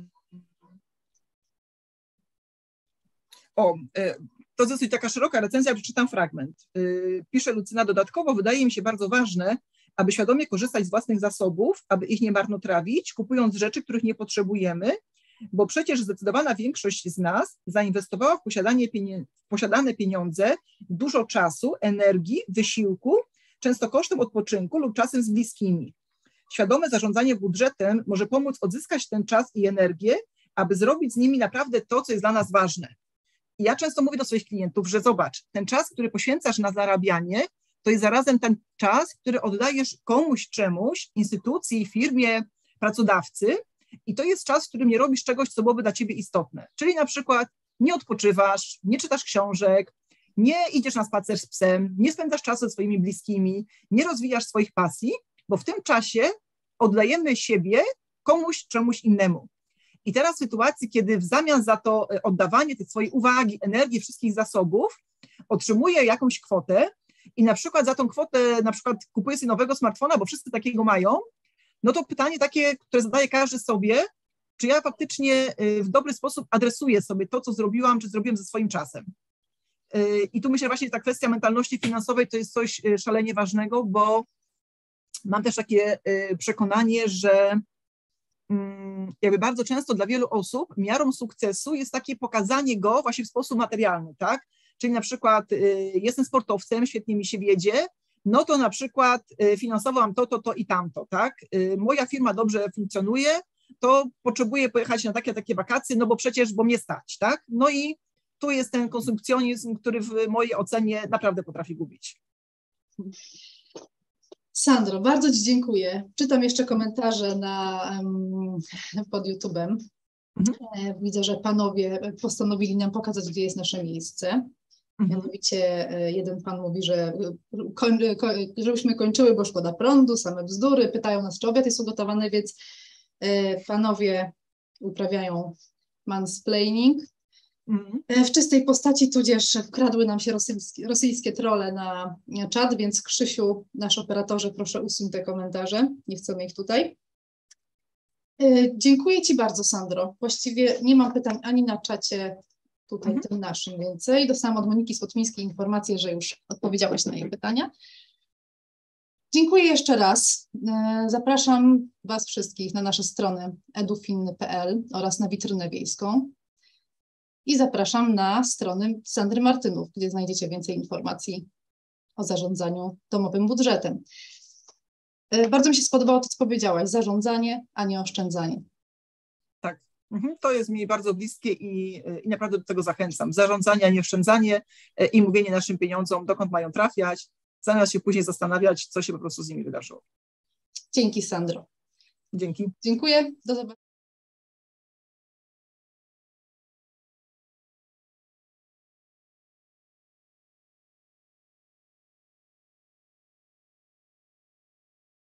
Speaker 3: To dosyć taka szeroka recenzja, przeczytam fragment. Pisze Lucyna dodatkowo, wydaje mi się bardzo ważne, aby świadomie korzystać z własnych zasobów, aby ich nie marnotrawić, kupując rzeczy, których nie potrzebujemy, bo przecież zdecydowana większość z nas zainwestowała w posiadane pieniądze dużo czasu, energii, wysiłku, często kosztem odpoczynku lub czasem z bliskimi. Świadome zarządzanie budżetem może pomóc odzyskać ten czas i energię, aby zrobić z nimi naprawdę to, co jest dla nas ważne. I ja często mówię do swoich klientów, że zobacz, ten czas, który poświęcasz na zarabianie, to jest zarazem ten czas, który oddajesz komuś, czemuś, instytucji, firmie, pracodawcy i to jest czas, w którym nie robisz czegoś, co byłoby dla ciebie istotne. Czyli na przykład nie odpoczywasz, nie czytasz książek, nie idziesz na spacer z psem, nie spędzasz czasu ze swoimi bliskimi, nie rozwijasz swoich pasji, bo w tym czasie oddajemy siebie komuś, czemuś innemu. I teraz w sytuacji, kiedy w zamian za to oddawanie tej swojej uwagi, energii, wszystkich zasobów, otrzymuję jakąś kwotę i na przykład za tą kwotę na przykład kupuję sobie nowego smartfona, bo wszyscy takiego mają, no to pytanie takie, które zadaje każdy sobie, czy ja faktycznie w dobry sposób adresuję sobie to, co zrobiłam, czy zrobiłem ze swoim czasem. I tu myślę właśnie, że ta kwestia mentalności finansowej to jest coś szalenie ważnego, bo mam też takie przekonanie, że jakby bardzo często dla wielu osób miarą sukcesu jest takie pokazanie go właśnie w sposób materialny, tak? Czyli na przykład jestem sportowcem, świetnie mi się wiedzie, no to na przykład finansowo mam to i tamto, tak? Moja firma dobrze funkcjonuje, to potrzebuję pojechać na takie wakacje, no bo przecież, bo mnie stać, tak? No i tu jest ten konsumpcjonizm, który w mojej ocenie naprawdę potrafi gubić.
Speaker 2: Sandro, bardzo Ci dziękuję. Czytam jeszcze komentarze pod YouTube'em. Widzę, że panowie postanowili nam pokazać, gdzie jest nasze miejsce. Mianowicie jeden pan mówi, żebyśmy kończyły, bo szkoda prądu, same bzdury. Pytają nas, czy obiad jest ugotowany, więc panowie uprawiają mansplaining. W czystej postaci, tudzież wkradły nam się rosyjskie trolle na czat, więc Krzysiu, nasz operatorze, proszę usuń te komentarze, nie chcemy ich tutaj. Dziękuję Ci bardzo, Sandro. Właściwie nie mam pytań ani na czacie tutaj tym naszym więcej. Dostałam od Moniki Słotmińskiej informację, że już odpowiedziałaś na jej pytania. Dziękuję jeszcze raz. Zapraszam Was wszystkich na nasze strony edufin.pl oraz na witrynę wiejską. I zapraszam na strony Sandry Martynów, gdzie znajdziecie więcej informacji o zarządzaniu domowym budżetem. Bardzo mi się spodobało to, co powiedziałaś, zarządzanie, a nie oszczędzanie.
Speaker 3: Tak, to jest mi bardzo bliskie i naprawdę do tego zachęcam. Zarządzanie, a nie oszczędzanie i mówienie naszym pieniądzom, dokąd mają trafiać, zamiast się później zastanawiać, co się po prostu z nimi wydarzyło.
Speaker 2: Dzięki, Sandro.
Speaker 3: Dzięki.
Speaker 2: Dziękuję, do zobaczenia.